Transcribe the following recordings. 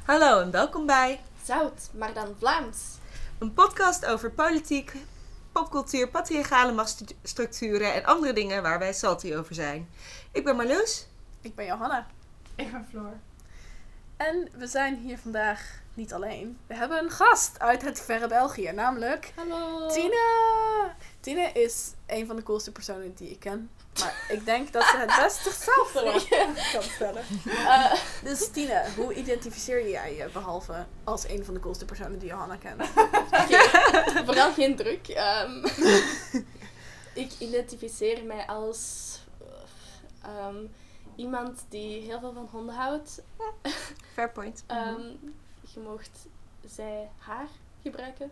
Hallo en welkom bij Zout, maar dan Vlaams. een podcast over politiek, popcultuur, patriarchale machtsstructuren en andere dingen waar wij salty over zijn. Ik ben Marloes. Ik ben Johanna. Ik ben Floor. En we zijn hier vandaag niet alleen. We hebben een gast uit het verre België, namelijk Hallo. Tina. Tina is een van de coolste personen die ik ken. Maar ik denk dat ze het best zichzelf kan stellen. Dus Tina, hoe identificeer jij je behalve als een van de coolste personen die Johanna kent? Okay. Vooral geen druk. Ik identificeer mij als iemand die heel veel van honden houdt. Fair point. Je moogt zij haar gebruiken.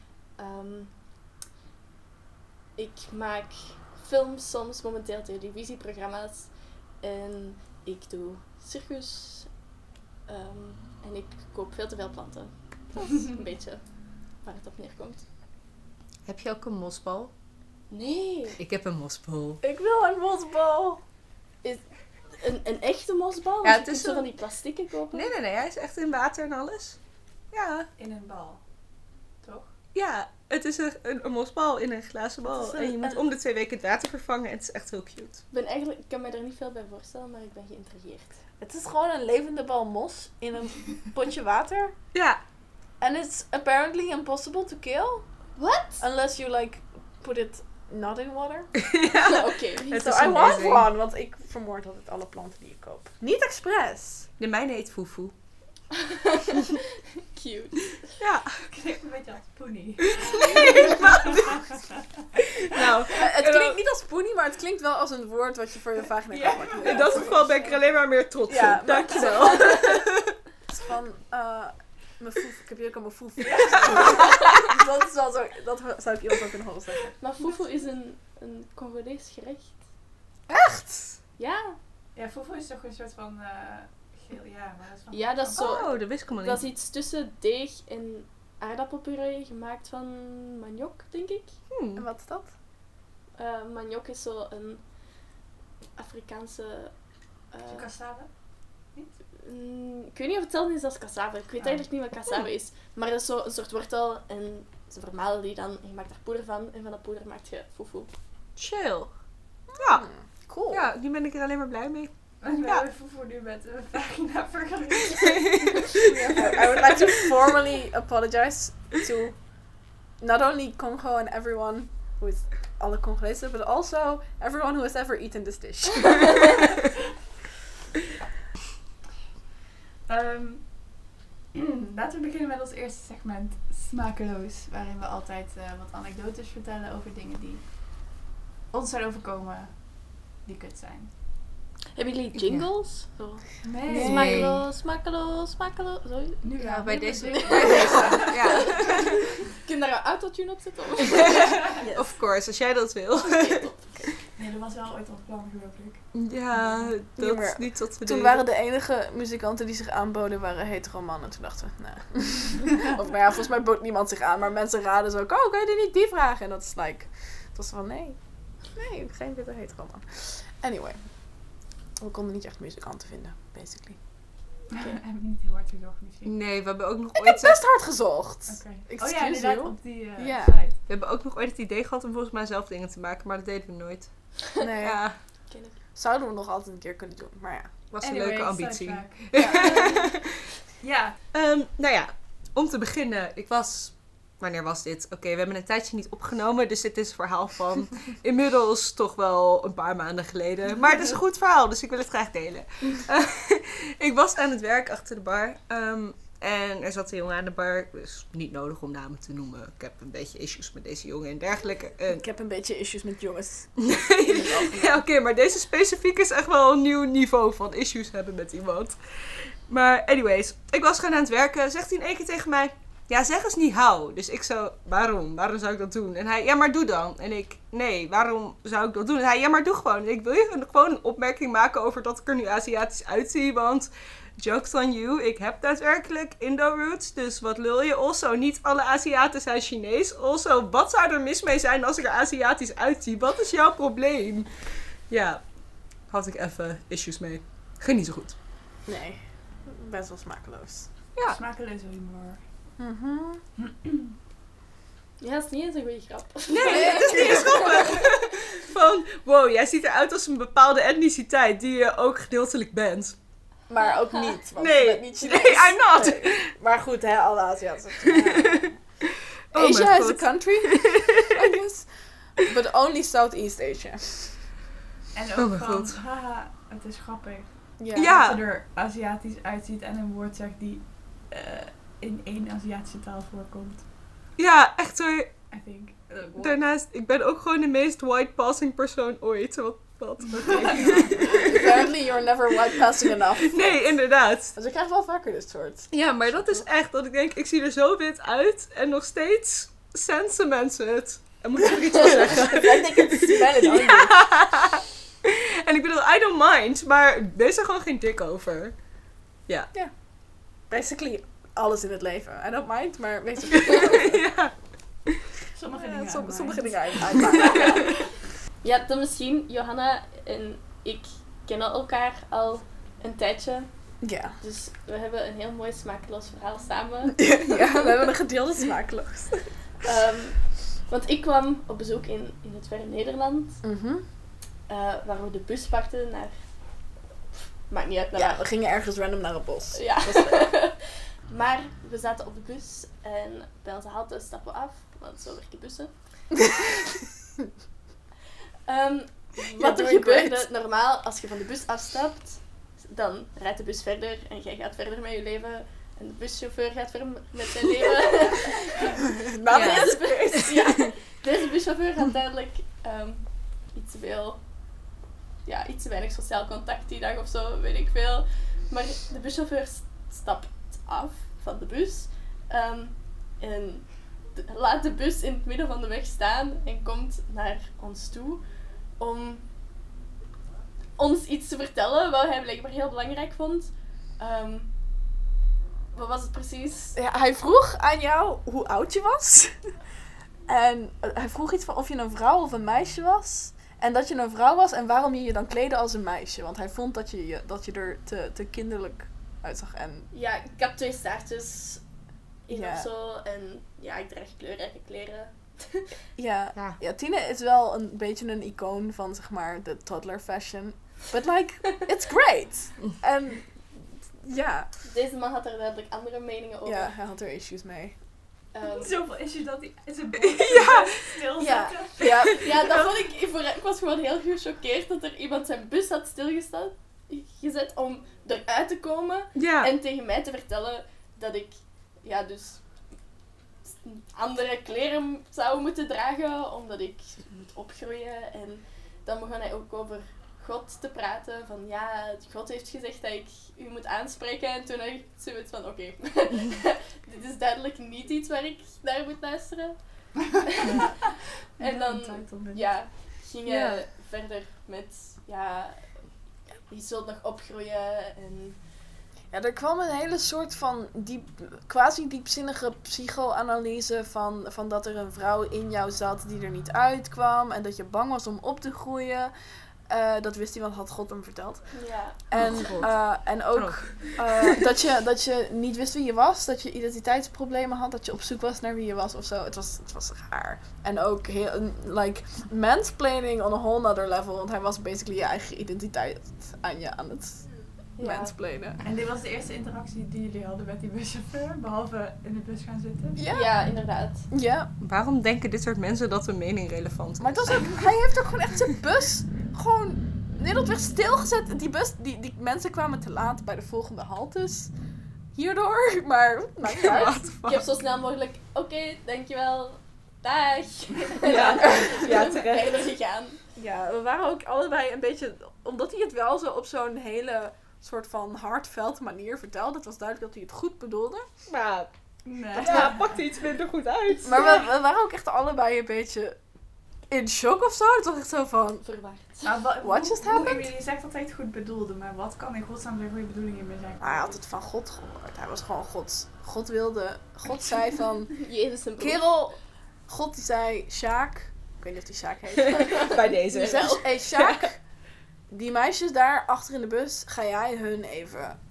Ik maak films, soms momenteel televisieprogramma's. En ik doe circus. En ik koop veel te veel planten. Dat is een beetje waar het op neerkomt. Heb je ook een mosbal? Nee. Ik heb een mosbal. Ik wil een bosbal. Een echte mosbal? Ja, Ja, het is zo zo- van die plastieken kopen? Nee, hij is echt in water en alles. Ja, In een bal. Toch? ja. Het is een mosbal in een glazen bal. Het is En je moet om de 2 weken het water vervangen en het is echt heel cute. Ik kan me er niet veel bij voorstellen, maar ik ben geïntrigeerd. Het is gewoon een levende bal mos in een potje water. Ja, And it's apparently impossible to kill. What? Unless you like put it not in water. Oké. Het So is I want amazing. one, want ik vermoord altijd alle planten die ik koop. Niet expres. de mijne heet Fufu. Cute. Ja. Klinkt een beetje als Poenie. Nou, Het klinkt niet als poenie, maar het klinkt wel als een woord wat je voor je vagina Ja. kan maken. in dat geval ben ik er alleen maar meer trots Ja, op. maar- Dankjewel. Het is van, mijn foef, ik heb hier ook al mijn foef. Dat is wel zo, dat zou ik iemand ook kunnen horen zeggen. Maar fufu is een Congolees gerecht. Echt? Ja. Ja, fufu is toch een soort van geel, ja, maar dat is van... Ja, dat is zo. Oh, dat wist ik helemaal Dat niet. is iets tussen deeg en aardappelpuree gemaakt van maniok, denk ik. En wat is dat? Maniok is zo een Afrikaanse... Cassave? ik weet niet of het hetzelfde is als cassave. Ik weet Ah. eigenlijk niet wat cassave is. Maar dat is zo een soort wortel en ze vermalen die dan en je maakt daar poeder van. En van dat poeder maak je fufu. Chill. Ja, Cool. ja, nu ben ik er alleen maar blij mee. En we Ja. hebben fufu nu met een vagina vergeleken. I would like to formally apologize to not only Congo and everyone who is alle Congolezen, but also everyone who has ever eaten this dish. Laten we beginnen met ons eerste segment, Smakeloos. Waarin we altijd wat anekdotes vertellen over dingen die ons zijn overkomen, die kut zijn. Hebben jullie jingles? Zo. Nee. Smakeloos, smakeloos, smakeloos. Zo. Nu Ja, wel. bij Nu deze. met Bij deze. Ja. Kun je daar een autotune op zetten? Of? Yes. Of course, als jij dat wil. Oké, top. Nee, dat was wel ooit ons plan, geloof ik. Ja, dat Jammer. is niet wat we Toen deden. waren de enige muzikanten die zich aanboden waren hetero mannen. Toen dachten we, nee. Of nou ja, volgens mij bood niemand zich aan. Maar mensen raden zo, oh, kan je die niet die vragen? En dat is like, het was van, nee, geen witte hetero man. Anyway. We konden niet echt muzikanten vinden, basically. Hebben we niet heel hard gezocht misschien. Nee, we hebben ook nog Ik heb ooit... best hard gezocht. Oké. Excuse Oh ja, inderdaad, you? op die Ja. site. We hebben ook nog ooit het idee gehad om volgens mij zelf dingen te maken, maar dat deden we nooit. Nee, Ja, Ken ik. zouden we nog altijd een keer kunnen doen. Maar ja. was Anyway, een leuke ambitie. sidetrack. Ja. Nou ja, om te beginnen, wanneer was dit? Oké, we hebben een tijdje niet opgenomen, dus dit is een verhaal van inmiddels toch wel een paar maanden geleden. Maar het is een goed verhaal, dus ik wil het graag delen. Ik was aan het werk achter de bar en er zat een jongen aan de bar, dus niet nodig om namen te noemen. Ik heb een beetje issues met deze jongen en dergelijke. Ik heb een beetje issues met jongens. Ja, oké, maar deze specifiek is echt wel een nieuw niveau van issues hebben met iemand. Maar anyways, ik was gewoon aan het werken. Zegt hij in één keer tegen mij, ja, zeg eens niet hou. Dus ik zo, waarom? Waarom zou ik dat doen? En hij, ja, maar doe dan. En ik, nee, waarom zou ik dat doen? En hij, ja, maar doe gewoon. En ik wil je gewoon een opmerking maken over dat ik er nu Aziatisch uitzie, want... Jokes on you, ik heb daadwerkelijk Indo-roots, dus wat lul je? Also, niet alle Aziaten zijn Chinees. Also, wat zou er mis mee zijn als ik er Aziatisch uitzie? Wat is jouw probleem? Ja, had ik even issues mee. Ging niet zo goed. Nee, best wel smakeloos. Ja. Smakeleuze humor. Ja, dat is niet eens een goede grap. Nee, het is niet eens grappig. Van, wow, jij ziet eruit als een bepaalde etniciteit die je ook gedeeltelijk bent. Maar ook niet. Want Nee, je bent niet Chinees. nee, I'm not. Nee. Maar goed, hè, alle Aziaten. Oh Asia mijn is a god. country, I guess. But only Southeast Asia. En Oh ook mijn van, god. haha, het is grappig. Ja. Dat ze er Aziatisch uitziet en een woord zegt die in één Aziatische taal voorkomt. Ja, echt hoor. I think. Daarnaast, ik ben ook gewoon de meest white passing persoon ooit. Wat? Apparently you're never white passing enough. Nee, inderdaad. Dus ik krijg wel vaker dit soort. Ja, maar dat is echt dat ik denk, ik zie er zo wit uit en nog steeds sensen mensen het. En moet ik er iets van zeggen? I think it's valid only. En ik bedoel, I don't mind, maar wees er gewoon geen dik over. Basically alles in het leven. I don't mind, maar basically Ja. Sommige dingen. sommige dingen uitmaken. Ja, dan misschien, Johanna en ik kennen elkaar al een tijdje. Ja. Dus we hebben een heel mooi smakeloos verhaal samen. Ja, we hebben een gedeelde smakeloos. Want ik kwam op bezoek in het verre Nederland. Mhm. Waar we de bus pakten naar... Maakt niet uit, naar Ja, waar. we gingen ergens random naar een bos. Ja. Maar we zaten op de bus en bij onze halte stappen we af. Want zo werken bussen. Wat er doing gebeurde, great. normaal als je van de bus afstapt, dan rijdt de bus verder en jij gaat verder met je leven. En de buschauffeur gaat verder met zijn leven. Nou, Ja. dat is Deze buschauffeur had duidelijk iets te weinig sociaal contact die dag of zo, weet ik veel. Maar de buschauffeur stapt af van de bus en laat de bus in het midden van de weg staan en komt naar ons toe om ons iets te vertellen wat hij blijkbaar heel belangrijk vond. Wat was het precies? Ja, hij vroeg aan jou hoe oud je was. En hij vroeg iets van of je een vrouw of een meisje was. En dat je een vrouw was en waarom je je dan kleedde als een meisje. Want hij vond dat je er te kinderlijk uitzag. En Ja, ik had 2 staartjes in Ja. of zo en ja, ik draag kleurrijke kleren. ja, Ja. ja, Tine is wel een beetje een icoon van, zeg maar, de toddler fashion. But like, it's great. En ja, Deze man had er duidelijk andere meningen over. ja, hij had er issues mee. Zoveel issues dat hij zijn Ja. stilzetten. Ja, Ja, dat vond ik... Ik was gewoon heel gechoqueerd dat er iemand zijn bus had gezet om eruit te komen. Ja. En tegen mij te vertellen dat ik, ja, dus andere kleren zou moeten dragen, omdat ik moet opgroeien. En dan begon hij ook over God te praten. Van ja, God heeft gezegd dat ik u moet aanspreken. En toen had ik zoiets van, oké, dit is duidelijk niet iets waar ik naar moet luisteren. En dan, ja, ging Ja. hij verder met, ja, je zult nog opgroeien en... Ja, er kwam een hele soort van quasi diepzinnige psychoanalyse van dat er een vrouw in jou zat die er niet uitkwam en dat je bang was om op te groeien. Dat wist hij, want had God hem verteld. Ja. En, God. en ook dat je niet wist wie je was, dat je identiteitsproblemen had, dat je op zoek was naar wie je was of zo. Het was raar. En ook heel, like, mansplaining on a whole other level, want hij was basically je eigen identiteit aan je aan het mansplainen. En dit was de eerste interactie die jullie hadden met die buschauffeur, behalve in de bus gaan zitten. Ja, inderdaad. Ja, Waarom denken dit soort mensen dat hun mening relevant is? maar het was ook, hij heeft ook gewoon echt zijn bus gewoon Nederlandweg stilgezet. Die bus, die mensen kwamen te laat bij de volgende haltes. Hierdoor, maar maakt niet uit. What the Ik fuck? heb zo snel mogelijk, oké, dankjewel, dag. Ja, ja, terecht. verder gegaan. Ja, we waren ook allebei een beetje, omdat hij het wel zo op zo'n hele soort van hardveld manier vertelde. Het was duidelijk dat hij het goed bedoelde. Maar Nee. ja, pakt iets minder goed uit. Maar we waren ook echt allebei een beetje in shock of zo. Het was echt zo van, Verwaard. Maar What just happened? Je zegt dat hij het goed bedoelde, maar wat kan in godsnaam zijn goede bedoelingen meer zijn? hij had het van God gehoord. Hij was gewoon God wilde, God zei van, Jezus en broer. kerel, God die zei, Sjaak, ik weet niet of die Sjaak heet. Bij Die deze. zegt, hey Sjaak, die meisjes daar achter in de bus, ga jij hun even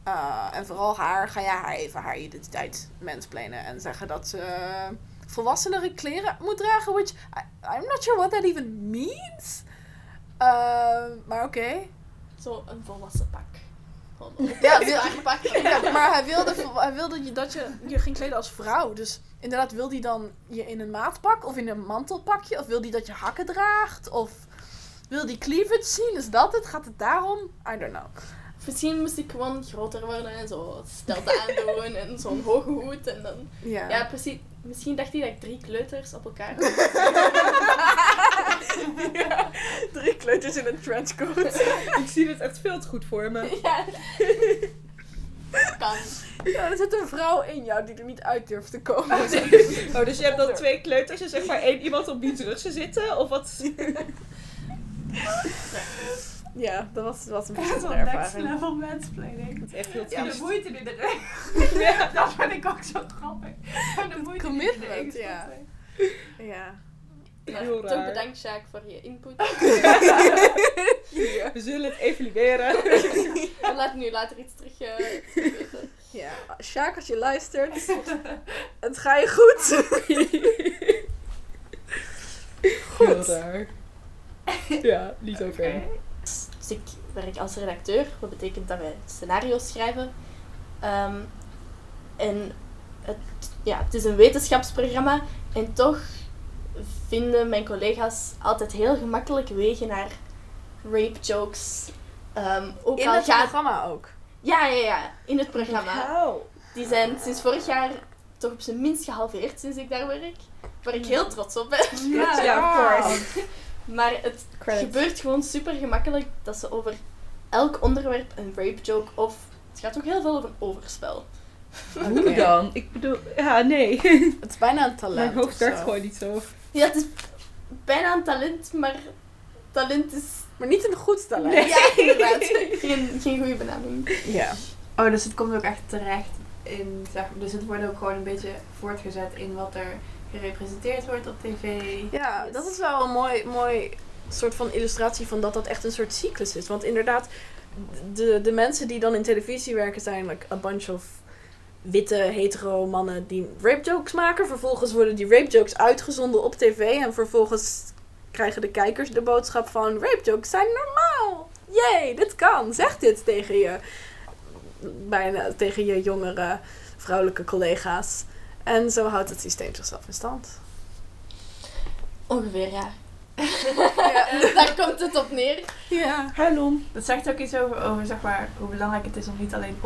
En vooral ga je haar identiteit mansplainen en zeggen dat ze volwassenere kleren moet dragen, which I'm not sure what that even means. Maar oké. Zo een volwassen pak. Ja, Een pak. Ja, maar hij wilde dat je ging kleden als vrouw. Dus inderdaad, wil hij dan je in een maatpak of in een mantelpakje? Of wil hij dat je hakken draagt? Of wil hij cleavage zien? Is dat het? Gaat het daarom? I don't know. Misschien moest ik gewoon groter worden en zo stelten aandoen en zo'n hoge hoed en dan... Ja. Ja, precies. Misschien dacht hij dat ik 3 kleuters op elkaar Ja, 3 kleuters in een trenchcoat. Ik zie het echt veel te goed voor me. Ja. Kan. Ja, er zit een vrouw in jou die er niet uit durft te komen. Oh, dus je hebt dan 2 kleuters en zeg maar 1 iemand op die rug zitten? Of wat? Ja, dat was een Echt bijzondere wel next ervaring. level mansplaining. Dat is echt heel Ja, de triest. moeite die erin. Ja, dat vind ik ook zo grappig. Maar de moeite die commitment, erin ja. zit. Ja. Ja, Heel toch raar. bedankt, Sjaak, voor je input. We zullen het evalueren. We laten nu later iets terug weten. Ja, Sjaak, als je luistert, het ga je goed. Heel raar. Ja, niet oké. Oké. Dus ik werk als redacteur, wat betekent dat wij scenario's schrijven. En het is een wetenschapsprogramma en toch vinden mijn collega's altijd heel gemakkelijk wegen naar rape jokes. Ook In al het gaat... programma ook. Ja, in het programma. Wauw. Die zijn sinds vorig jaar toch op zijn minst gehalveerd sinds ik daar werk. Waar ik heel trots op ben. Ja, of course. Maar het gebeurt gewoon super gemakkelijk dat ze over elk onderwerp een rape joke of... Het gaat ook heel veel over overspel. Hoe dan? Ik bedoel, ja, nee. Het is bijna een talent. Mijn hoofd of werkt zo. gewoon niet zo. Ja, het is bijna een talent, maar talent is... Maar niet een goed talent. Nee. Ja, inderdaad. Geen goede benaming. Ja. Oh, dus het komt ook echt terecht in, zeg maar, dus het wordt ook gewoon een beetje voortgezet in wat er gerepresenteerd wordt op tv. Ja, Yes. dat is wel een mooi soort van illustratie van dat echt een soort cyclus is. Want inderdaad, de mensen die dan in televisie werken zijn like a bunch of witte hetero mannen die rape jokes maken. Vervolgens worden die rape jokes uitgezonden op tv en vervolgens krijgen de kijkers de boodschap van rape jokes zijn normaal. Jee, dit kan. Zeg dit tegen je jongere vrouwelijke collega's. En zo houdt het systeem zichzelf in stand. Ongeveer, ja. Ja. Daar komt het op neer. Ja. Hallo. Dat zegt ook iets over zeg maar, hoe belangrijk het is om niet alleen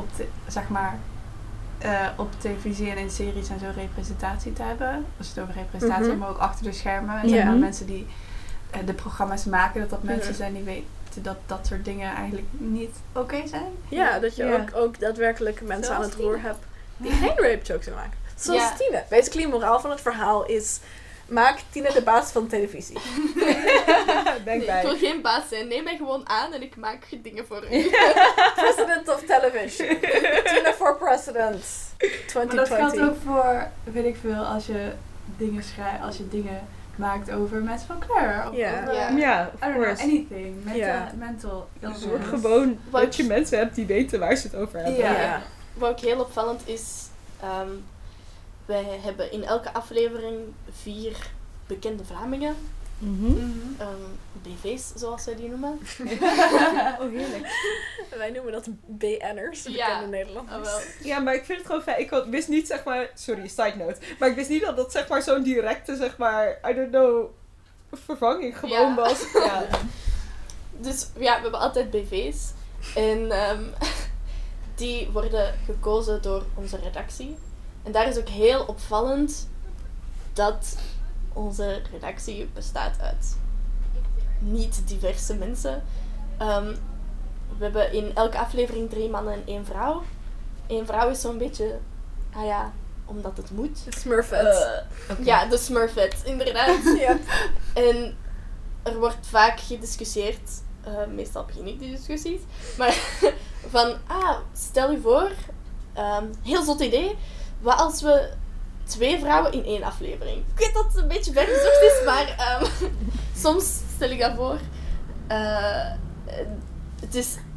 op televisie en in series en zo representatie te hebben. Als het over representatie Mhm. maar ook achter de schermen. En Ja. zeg maar mensen die de programma's maken, dat mensen Mhm. zijn die weten dat soort dingen eigenlijk niet oké zijn. Ja, dat je Ja. ook daadwerkelijk mensen Zoals aan het roer Tine. hebt die geen rape jokes willen maken. Zoals Ja. Tine. Basically, moraal van het verhaal is... Maak Tine de baas van televisie. Denk Nee, ik bij. wil geen baas zijn. Neem mij gewoon aan en ik maak dingen voor u. President of television. Tine for president. 2020. Maar dat geldt ook voor, weet ik veel, als je dingen schrijft, als je dingen maakt over mensen van kleur. Of Ja. over, Ja. Ja, I of don't know, course. anything. Ja. Mental illness. Zorg gewoon Wat- dat je mensen hebt die weten waar ze het over hebben. Ja. Ja. Wat ook heel opvallend is, wij hebben in elke aflevering 4 bekende Vlamingen. Mhm. BV's, zoals wij die noemen. Oh, heerlijk. Wij noemen dat BN'ers, Ja. bekende Nederlanders. Ah, wel. Ja, maar ik vind het gewoon fijn. Wist niet, zeg maar... Sorry, side note. Maar ik wist niet dat dat, zeg maar, zo'n directe, zeg maar... I don't know... vervanging gewoon Ja. was. Ja. Dus ja, we hebben altijd BV's. En die worden gekozen door onze redactie. En daar is ook heel opvallend dat onze redactie bestaat uit niet diverse mensen. We hebben in elke aflevering 3 mannen en 1 vrouw. 1 vrouw is zo'n beetje, omdat het moet. Smurfette. Ja, de Smurfette, inderdaad. Ja. En er wordt vaak gediscussieerd, meestal begin ik die discussies, maar van, stel je voor, heel zot idee, wat als we 2 vrouwen in 1 aflevering? Ik weet dat het een beetje vergezocht is, maar soms stel ik dat voor. Het is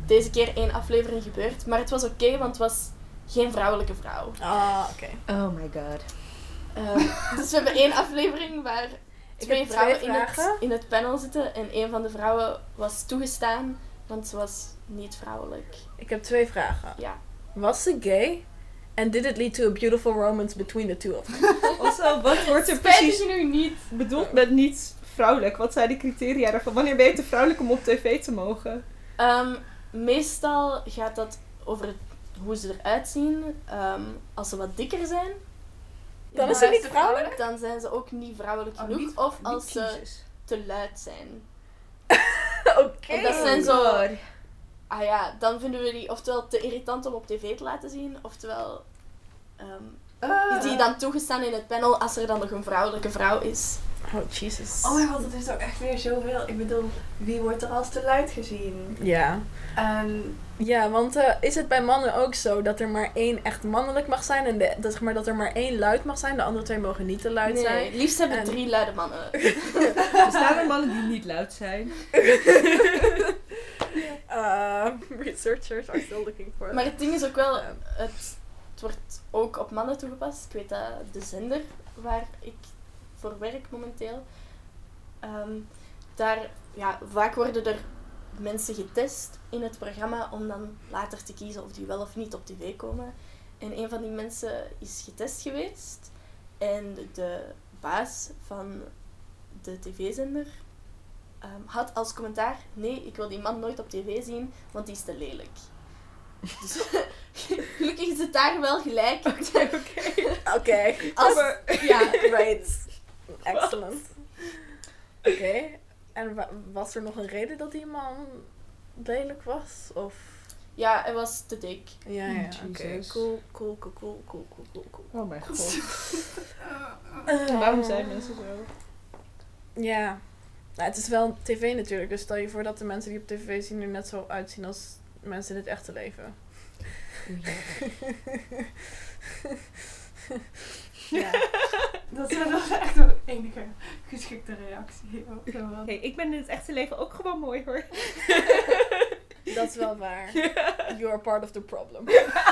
deze keer 1 aflevering gebeurd. Maar het was oké, want het was geen vrouwelijke vrouw. Ah, oké. Oh my god. Dus we hebben 1 aflevering waar twee heb vrouwen twee vragen. in het panel zitten. En een van de vrouwen was toegestaan, want ze was niet vrouwelijk. Ik heb 2 vragen. Ja. Was ze gay? And did it lead to a beautiful romance between the two of them? Also, wat wordt er Spijt precies je nu niet. bedoeld met niet vrouwelijk? Wat zijn de criteria daarvan? Wanneer ben je te vrouwelijk om op tv te mogen? Meestal gaat dat over hoe ze eruit zien. Als ze wat dikker zijn, Dan is ze niet vrouwelijk? dan zijn ze ook niet vrouwelijk genoeg. niet- of als ze Jezus. te luid zijn. Oké. En dat zijn Oh zo... God. Ah ja, dan vinden we die oftewel te irritant om op tv te laten zien, oftewel is die dan toegestaan in het panel als er dan nog een vrouwelijke vrouw is. Oh, Jesus. Oh mijn god, dat is ook echt weer zoveel. Ik bedoel, wie wordt er als te luid gezien? Ja. En Ja, want is het bij mannen ook zo dat er maar 1 echt mannelijk mag zijn en dat, zeg maar, dat er maar 1 luid mag zijn, de andere 2 mogen niet te luid zijn? Nee, liefst hebben En- 3 luide mannen. Bestaan er mannen die niet luid zijn? Researchers are still looking for Maar het ding is ook wel, Ja. het wordt ook op mannen toegepast. Ik weet dat de zender waar ik voor werk momenteel, daar, ja, vaak worden er mensen getest in het programma om dan later te kiezen of die wel of niet op tv komen. En een van die mensen is getest geweest en de baas van de tv-zender had als commentaar: nee, ik wil die man nooit op tv zien, want die is te lelijk. Dus gelukkig is het daar wel gelijk. Oké. Als, ja, Great. Excellent. Oké. En was er nog een reden dat die man lelijk was? Of... ja, hij was te dik. Ja, ja. Oké. Jesus. Cool. Oh mijn god. Eh, Waarom zijn mensen zo? Ja. Nou, het is wel tv natuurlijk, dus stel je voor dat de mensen die op tv zien er net zo uitzien als mensen in het echte leven. Ja. dat is wel echt de enige geschikte reactie. Ook zo van. Hey, ik ben in het echte leven ook gewoon mooi hoor. Dat is wel waar. You are part of the problem.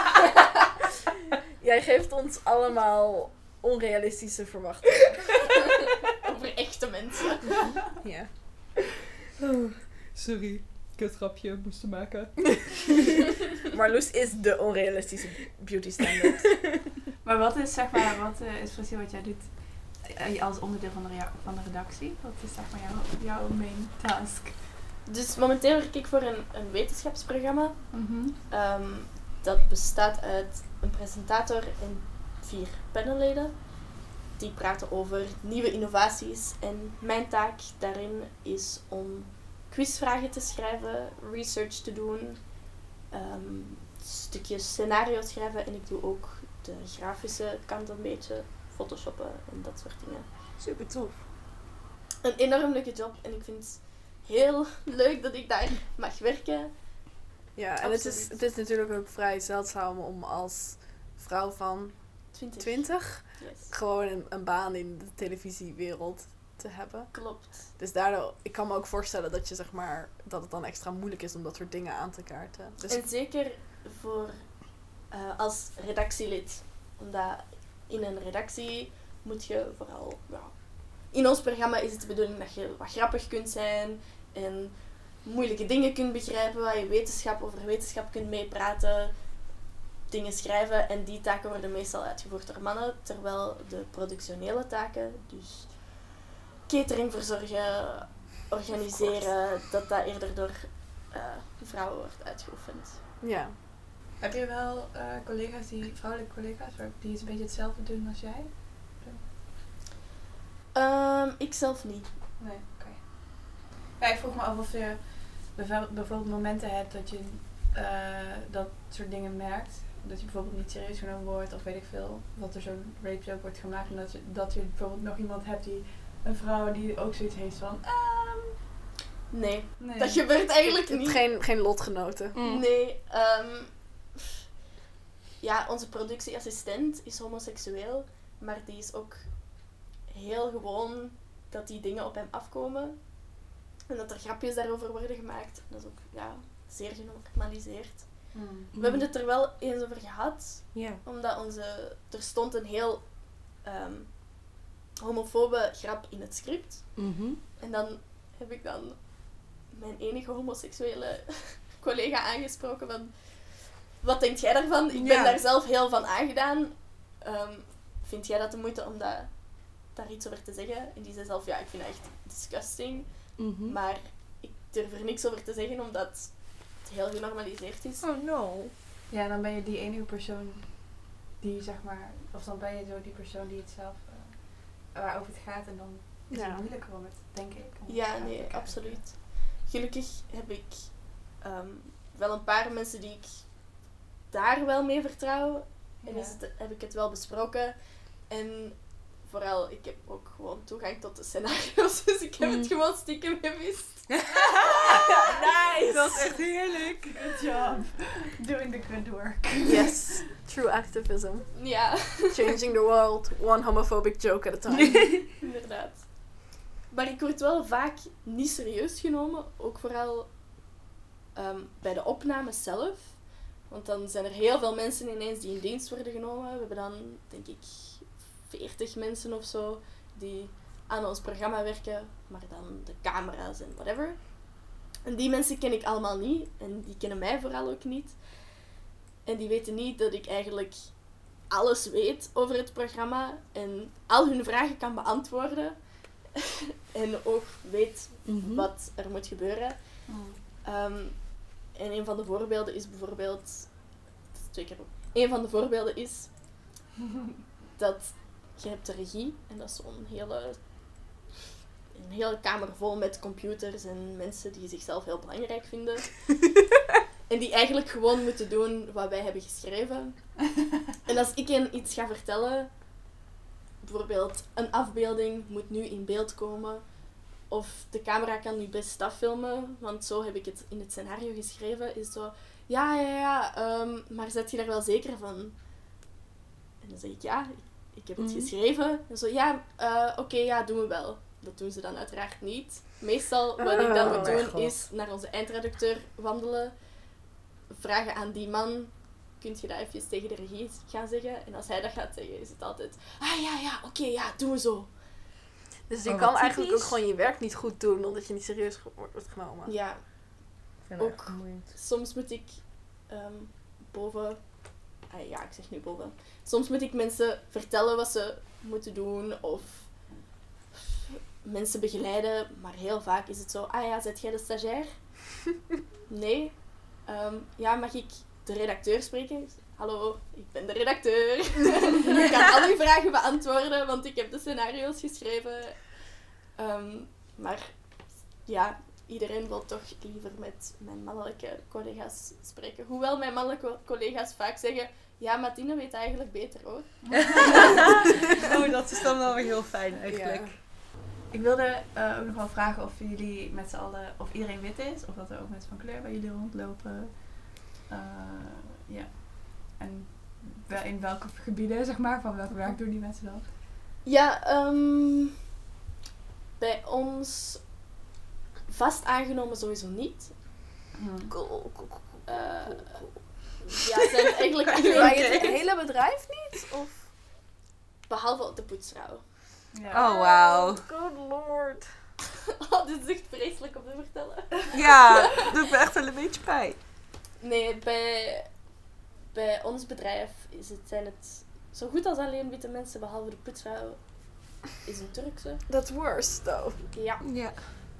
Jij geeft ons allemaal onrealistische verwachtingen. Over echte mensen. Ja. Oh, sorry. Kutgrapje moesten maken. Marloes is de onrealistische beauty standard. Maar wat is, zeg maar, wat is precies wat jij doet als onderdeel van de redactie? Wat is, zeg maar, jouw main task? Dus momenteel werk ik voor een wetenschapsprogramma. Mhm. Dat bestaat uit een presentator en 4 panelleden. Die praten over nieuwe innovaties. En mijn taak daarin is om quizvragen te schrijven, research te doen, stukjes scenario schrijven. En ik doe ook de grafische kant een beetje, photoshoppen en dat soort dingen. Super tof. Een enorm leuke job en ik vind het heel leuk dat ik daar mag werken. Ja, en Absoluut. het is natuurlijk ook vrij zeldzaam om als vrouw van 20 Yes. gewoon een baan in de televisiewereld te hebben. Klopt. Dus daardoor, ik kan me ook voorstellen dat je zeg maar, dat het dan extra moeilijk is om dat soort dingen aan te kaarten. Dus En zeker voor als redactielid. Omdat in een redactie moet je vooral... Ja, in ons programma is het de bedoeling dat je wat grappig kunt zijn. En moeilijke dingen kunt begrijpen. Waar je over wetenschap kunt meepraten. Dingen schrijven. En die taken worden meestal uitgevoerd door mannen. Terwijl de productionele taken, dus catering verzorgen, organiseren, dat eerder door vrouwen wordt uitgeoefend. ja. Heb je wel collega's, vrouwelijke collega's, die een beetje hetzelfde doen als jij? Ik zelf niet. Nee, oké. Ja, ik vroeg me af of je bijvoorbeeld momenten hebt dat je dat soort dingen merkt. Dat je bijvoorbeeld niet serieus genomen wordt of weet ik veel. Dat er zo'n rape joke wordt gemaakt en dat je bijvoorbeeld nog iemand hebt een vrouw die ook zoiets heeft van... Nee, Nee. dat gebeurt eigenlijk Ik heb niet. geen lotgenoten. Nee, ja, onze productieassistent is homoseksueel, maar die is ook heel gewoon dat die dingen op hem afkomen. En dat er grapjes daarover worden gemaakt. Dat is ook, ja, zeer genormaliseerd. Hmm. We hebben het er wel eens over gehad, Ja. omdat er stond een heel homofobe grap in het script. Mhm. En dan heb ik dan mijn enige homoseksuele collega aangesproken van... Wat denkt jij daarvan? Ik ben Ja. daar zelf heel van aangedaan. Vind jij dat de moeite om daar iets over te zeggen? En die zei zelf, ja, ik vind dat echt disgusting. Mhm. Maar ik durf er niks over te zeggen, omdat het heel genormaliseerd is. Oh no. Ja, dan ben je die enige persoon die zeg maar... Of dan ben je zo die persoon die het zelf... waarover het gaat en dan is Ja. het moeilijker om het, denk ik. om het Ja, uit te nee, krijgen. absoluut. Gelukkig heb ik wel een paar mensen die ik daar wel mee vertrouw. En Ja. heb ik het wel besproken. En vooral, ik heb ook gewoon toegang tot de scenario's. Dus ik heb het gewoon stiekem gewist. Nice! Dat is echt heerlijk. Good job. Doing the good work. Yes. True activism. Ja, Changing the world, one homophobic joke at a time. inderdaad. Maar ik word wel vaak niet serieus genomen. Ook vooral bij de opnames zelf. Want dan zijn er heel veel mensen ineens die in dienst worden genomen. We hebben dan, denk ik, 40 mensen of zo die aan ons programma werken. Maar dan de camera's en whatever. En die mensen ken ik allemaal niet. En die kennen mij vooral ook niet. En die weten niet dat ik eigenlijk alles weet over het programma. En al hun vragen kan beantwoorden. En ook weet Mhm. wat er moet gebeuren. En een van de voorbeelden is bijvoorbeeld... Het is 2 keer op. Een van de voorbeelden is dat je hebt de regie. En dat is een hele kamer vol met computers en mensen die zichzelf heel belangrijk vinden. En die eigenlijk gewoon moeten doen wat wij hebben geschreven. En als ik hen iets ga vertellen... Bijvoorbeeld, een afbeelding moet nu in beeld komen. Of de camera kan nu best affilmen. Want zo heb ik het in het scenario geschreven. Is zo... maar zet je daar wel zeker van? En dan zeg ik ja, ik heb het geschreven. En zo oké, ja, doen we wel. Dat doen ze dan uiteraard niet. Meestal wat ik dan Oh moet mijn doen God. is naar onze eindredacteur wandelen. Vragen aan die man. Kun je dat even tegen de regie gaan zeggen? En als hij dat gaat zeggen, is het altijd... Oké, doen we zo. Dus je Oh, kan wat eigenlijk ook typisch. gewoon je werk niet goed doen, omdat je niet serieus wordt genomen. Ja, Ik vind dat Ook- echt vermoeiend. soms moet ik boven... ik zeg nu boven. Soms moet ik mensen vertellen wat ze moeten doen of mensen begeleiden. Maar heel vaak is het zo, zet jij de stagiair? Nee. Mag ik de redacteur spreken? Hallo, ik ben de redacteur. Ik kan al uw vragen beantwoorden, want ik heb de scenario's geschreven. Maar ja, iedereen wil toch liever met mijn mannelijke collega's spreken. Hoewel mijn mannelijke collega's vaak zeggen... Ja, Martine weet eigenlijk beter hoor. Oh, dat is dan wel weer heel fijn eigenlijk. Ja. Ik wilde ook nog wel vragen of jullie met z'n allen, of iedereen wit is, of dat er ook mensen van kleur bij jullie rondlopen. Ja. En in welke gebieden, zeg maar, van welk werk doen die mensen dan? Ja, bij ons vast aangenomen sowieso niet. Cool. Ja, zijn eigenlijk Bij iedereen, het hele bedrijf niet? Of? behalve de poetsvrouw. Ja. Oh, wauw. Good lord. Oh, dit is echt vreselijk om te vertellen. Ja, dat doet me echt wel een beetje pijn. Nee, bij ons bedrijf zijn het zo goed als alleen witte mensen, behalve de poetsvrouw is een Turkse. That's worse, though. Ja. Ja.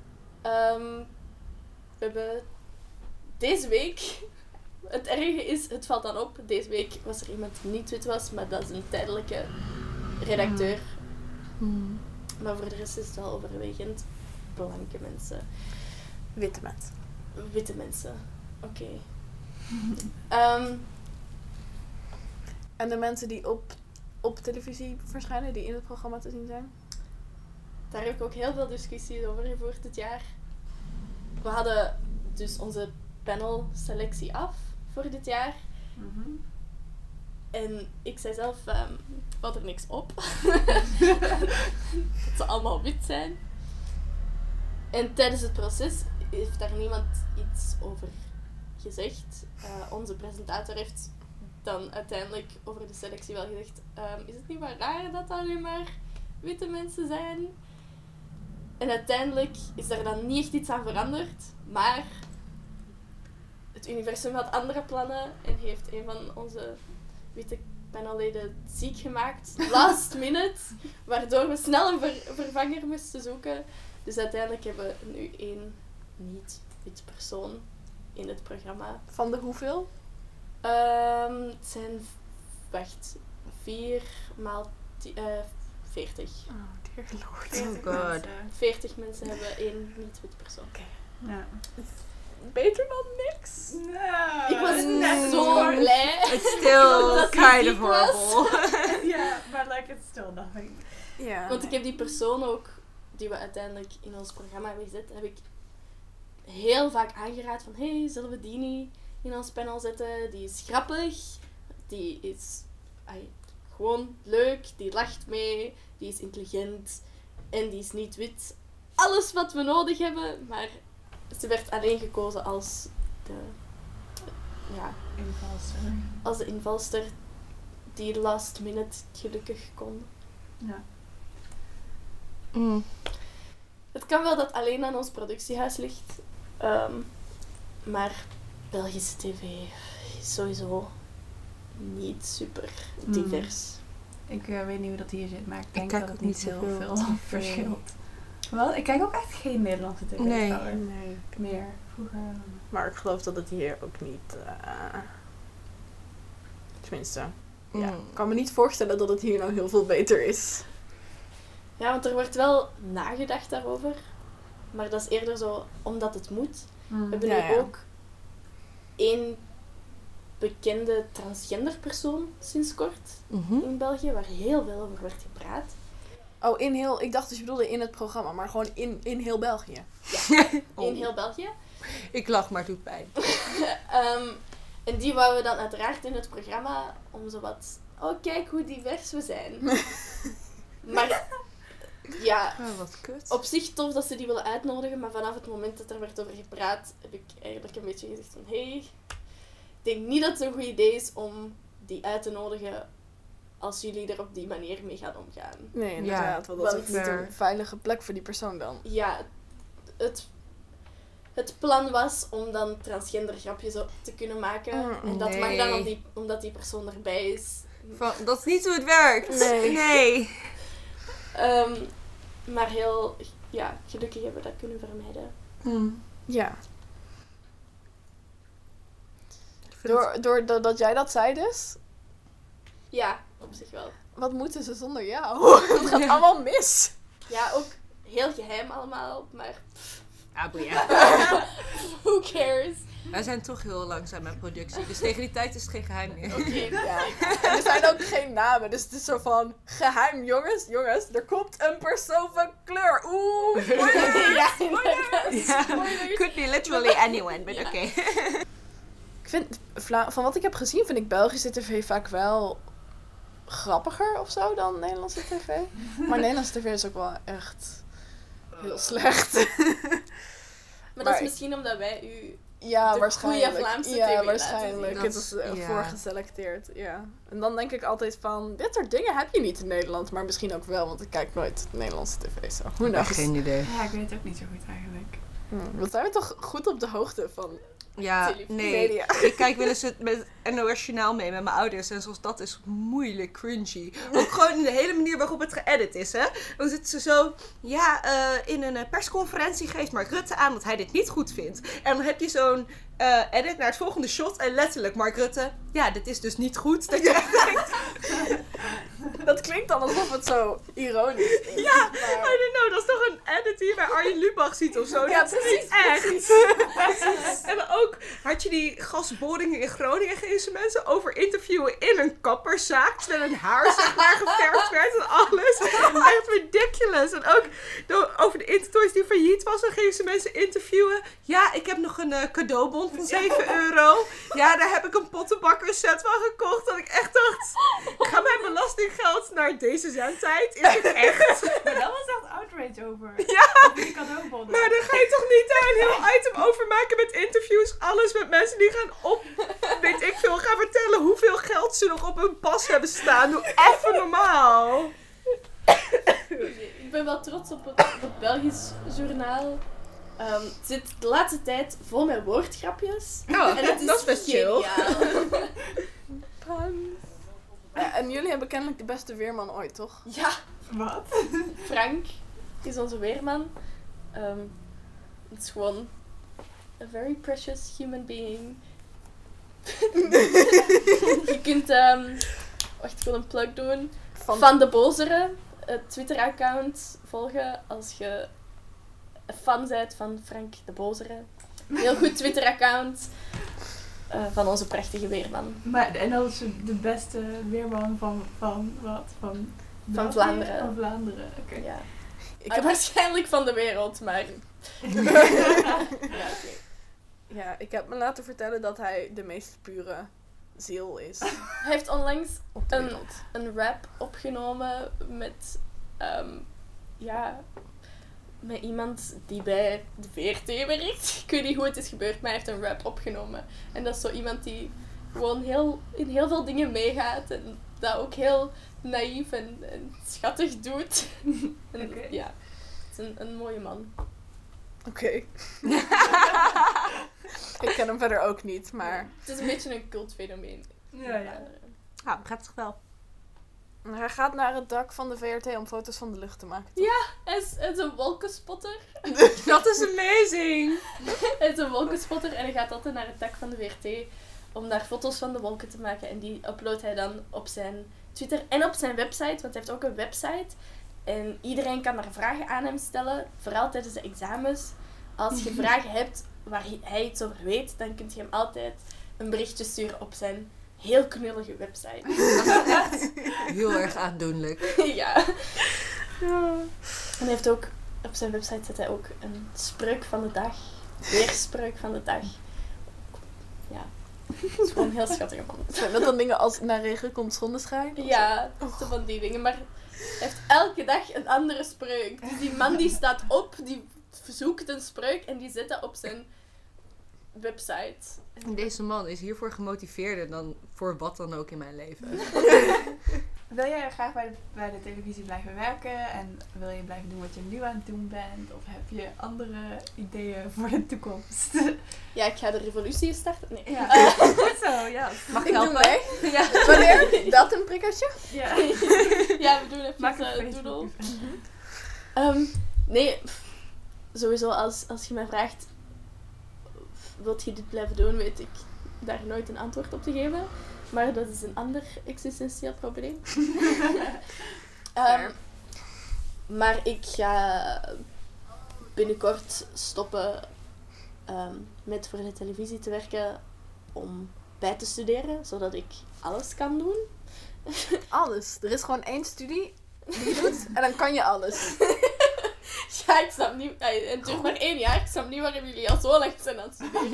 We hebben deze week... Het erge is, het valt dan op. Deze week was er iemand die niet wit was, maar dat is een tijdelijke redacteur. Maar voor de rest is het wel overwegend blanke mensen. Witte mensen. Witte mensen. Oké. En de mensen die op televisie verschijnen, die in het programma te zien zijn? Daar heb ik ook heel veel discussies over gevoerd dit jaar. We hadden dus onze panelselectie af voor dit jaar. Mhm. En ik zei zelf, valt er niks op. Dat ze allemaal wit zijn. En tijdens het proces heeft daar niemand iets over gezegd. Onze presentator heeft dan uiteindelijk over de selectie wel gezegd, is het niet maar raar dat alleen maar witte mensen zijn? En uiteindelijk is daar dan niet echt iets aan veranderd, maar het universum had andere plannen en heeft een van onze witte panelleden ziek gemaakt, last minute, waardoor we snel een vervanger moesten zoeken. Dus uiteindelijk hebben we nu 1 niet-wit persoon in het programma. Van de hoeveel? Het zijn, 4 maal 40. Oh, dear lord. 40 God. mensen. 40 mensen hebben 1 niet-wit persoon. Ja. Beter dan niks. Nou, Ik was net zo kort. blij. It's still Dat hij kind of ziek was. horrible. Ja, maar like it's still nothing. Ja. Want ik heb die persoon ook, die we uiteindelijk in ons programma hebben gezet, heb ik heel vaak aangeraad van, hey, zullen we die niet in ons panel zetten? Die is grappig, die is gewoon leuk, die lacht mee, die is intelligent en die is niet wit. Alles wat we nodig hebben, maar ze werd alleen gekozen als de invalster die last minute gelukkig kon. Ja. Het kan wel dat alleen aan ons productiehuis ligt. Maar Belgische tv is sowieso niet super divers. Ik weet niet hoe dat hier zit, maar ik denk kijk dat het ook niet niet heel zoveel veel tv. verschilt. Wel, ik kijk ook echt geen Nederlandse tv Nee. trouwens. Nee. Meer. Vroeger. Maar ik geloof dat het hier ook niet... Tenminste. Ja. Ik kan me niet voorstellen dat het hier nou heel veel beter is. Ja, want er wordt wel nagedacht daarover. Maar dat is eerder zo omdat het moet. We hebben Ja, nu ja. ook 1 bekende transgender persoon sinds kort in België, waar heel veel over werd gepraat. Oh, ik dacht dus je bedoelde in het programma, maar gewoon in heel België. In heel België. Ik lach, maar het doet pijn. En die wouden we dan uiteraard in het programma om zo wat... Oh, kijk hoe divers we zijn. Maar ja, Oh, wat kut. op zich tof dat ze die willen uitnodigen, maar vanaf het moment dat er werd over gepraat, heb ik eigenlijk een beetje gezegd van... Hey, ik denk niet dat het een goed idee is om die uit te nodigen als jullie er op die manier mee gaan omgaan. Nee, inderdaad. Want dat is want- ook niet een veilige plek voor die persoon dan. Ja, het plan was om dan transgender grapjes op te kunnen maken. En dat mag dan nee. omdat die persoon erbij is. Dat is niet hoe het werkt. Nee. Maar heel, ja, gelukkig hebben we dat kunnen vermijden. Ja. Ik vind het- Doordat jij dat zei dus, Ja, op zich wel. wat moeten ze zonder jou? Het gaat allemaal mis. Ja, ook heel geheim allemaal, maar Ah, boeien. who cares? Wij zijn toch heel langzaam met productie, dus tegen die tijd is het geen geheim meer. Oké, Ja. En er zijn ook geen namen, dus het is zo van geheim, jongens, er komt een persoon van kleur. Oeh. ja, inderdaad. Ja. Could be literally anyone, but oké. Ik vind, van wat ik heb gezien, vind ik Belgische tv vaak wel grappiger of zo dan Nederlandse tv. Maar Nederlandse tv is ook wel echt heel slecht. Maar dat is misschien omdat wij u... Ja, De waarschijnlijk. goede Vlaamse tv ja, laten waarschijnlijk. zien. Het Dat is is- ja. voorgeselecteerd, ja. En dan denk ik altijd van, dit soort dingen heb je niet in Nederland. Maar misschien ook wel, want ik kijk nooit Nederlandse tv zo. Hoe knows? Geen idee. Ja, ik weet het ook niet zo goed eigenlijk. Wat zijn we toch goed op de hoogte van Ja, Televisie. nee. media? Ik kijk wel eens het met het NOS Journaal mee met mijn ouders. En zoals dat is moeilijk cringy. Ook gewoon in de hele manier waarop het geëdit is, hè. Dan zitten ze zo... Ja, in een persconferentie geeft Mark Rutte aan dat hij dit niet goed vindt. En dan heb je zo'n edit naar het volgende shot. En letterlijk Mark Rutte... Ja, dit is dus niet goed. Dat je echt denkt... Dat klinkt dan alsof het zo ironisch is. Ja, maar- I don't know. Dat is toch een edit die je bij Arjen Lubach ziet of zo. Ja, Dat is precies, niet echt. En dan ook had je die gasboringen in Groningen. Gingen ze mensen over interviewen in een kapperszaak. Terwijl hun haar zeg maar geverfd werd en alles. Echt ridiculous. En ook over de Intertoys die failliet was. Dan gingen ze mensen interviewen. Ja, ik heb nog een cadeaubon van €7. Ja, daar heb ik een pottenbakkersset van gekocht. Dat ik echt dacht, ik ga mijn belasting fucking geld naar deze zendtijd? Is het echt? Maar dat was echt outrage over. Ja. Over die cadeaubonnen. Maar dan ga je toch niet daar een heel item over maken met interviews. Alles met mensen die weet ik veel, gaan vertellen hoeveel geld ze nog op hun pas hebben staan. Doe even normaal. Ik ben wel trots op het Belgisch journaal. Het zit de laatste tijd vol met woordgrapjes. Oh, En het is dat is best chill. geniaal. En jullie hebben kennelijk de beste weerman ooit, toch? Ja, Wat? Frank is onze weerman. Het is gewoon a very precious human being. Je kunt wacht, ik wil een plug doen. Van de Bozere, het Twitter-account volgen als je een fan bent van Frank de Bozere. Heel goed Twitter-account van onze prachtige weerman. Maar, en dat is de beste weerman van wat? Van België? Vlaanderen. Van Vlaanderen, oké. Ja. Ik heb Waarschijnlijk van de wereld, maar... ik heb me laten vertellen dat hij de meest pure ziel is Hij heeft onlangs op de wereld. een rap opgenomen met... met iemand die bij de VRT werkt. Ik weet niet hoe het is gebeurd, maar hij heeft een rap opgenomen. En dat is zo iemand die gewoon in heel veel dingen meegaat. En dat ook heel naïef en schattig doet. En, Oké. Ja, het is een mooie man. Oké. Ik ken hem verder ook niet, maar Het is een beetje een cultfenomeen. Ja, ja. Nou, gaat het wel. hij gaat naar het dak van de VRT om foto's van de lucht te maken. Hij is een wolkenspotter. Dat is amazing. Hij is een wolkenspotter en hij gaat altijd naar het dak van de VRT om daar foto's van de wolken te maken. En die uploadt hij dan op zijn Twitter en op zijn website, want hij heeft ook een website. En iedereen kan daar vragen aan hem stellen, vooral tijdens de examens. Als je vragen hebt waar hij iets over weet, dan kun je hem altijd een berichtje sturen op zijn heel knullige website. Heel erg aandoenlijk. Ja. En hij heeft ook, op zijn website zet hij ook een spreuk van de dag. Weerspreuk van de dag. Ja. Het is gewoon een heel schattige man. Zijn dat dan dingen als naar regen komt zonneschijn? Ja, zo van die dingen. Maar hij heeft elke dag een andere spreuk. Dus die man die staat op, die zoekt een spreuk en die zet dat op zijn website. Deze man is hiervoor gemotiveerder dan voor wat dan ook in mijn leven. Wil jij graag bij de televisie blijven werken en wil je blijven doen wat je nu aan het doen bent? Of heb je andere ideeën voor de toekomst? Ja, ik ga de revolutie starten. Nee. Ja, zo, ja. Mag Ik doe helpen? mee. Ja. Wanneer? Dat een prikkertje? Ja. Ja, we doen even Maak een doodle. Facebook. Nee, sowieso als je mij vraagt, wilt je dit blijven doen, weet ik daar nooit een antwoord op te geven. Maar dat is een ander existentieel probleem. Maar ik ga binnenkort stoppen met voor de televisie te werken om bij te studeren, zodat ik alles kan doen. Alles. Er is gewoon één studie die je doet en dan kan je alles. Ja, ik snap niet... Het duurt maar 1 jaar. Ik snap niet waarom jullie al zo lang zijn aan het studeren.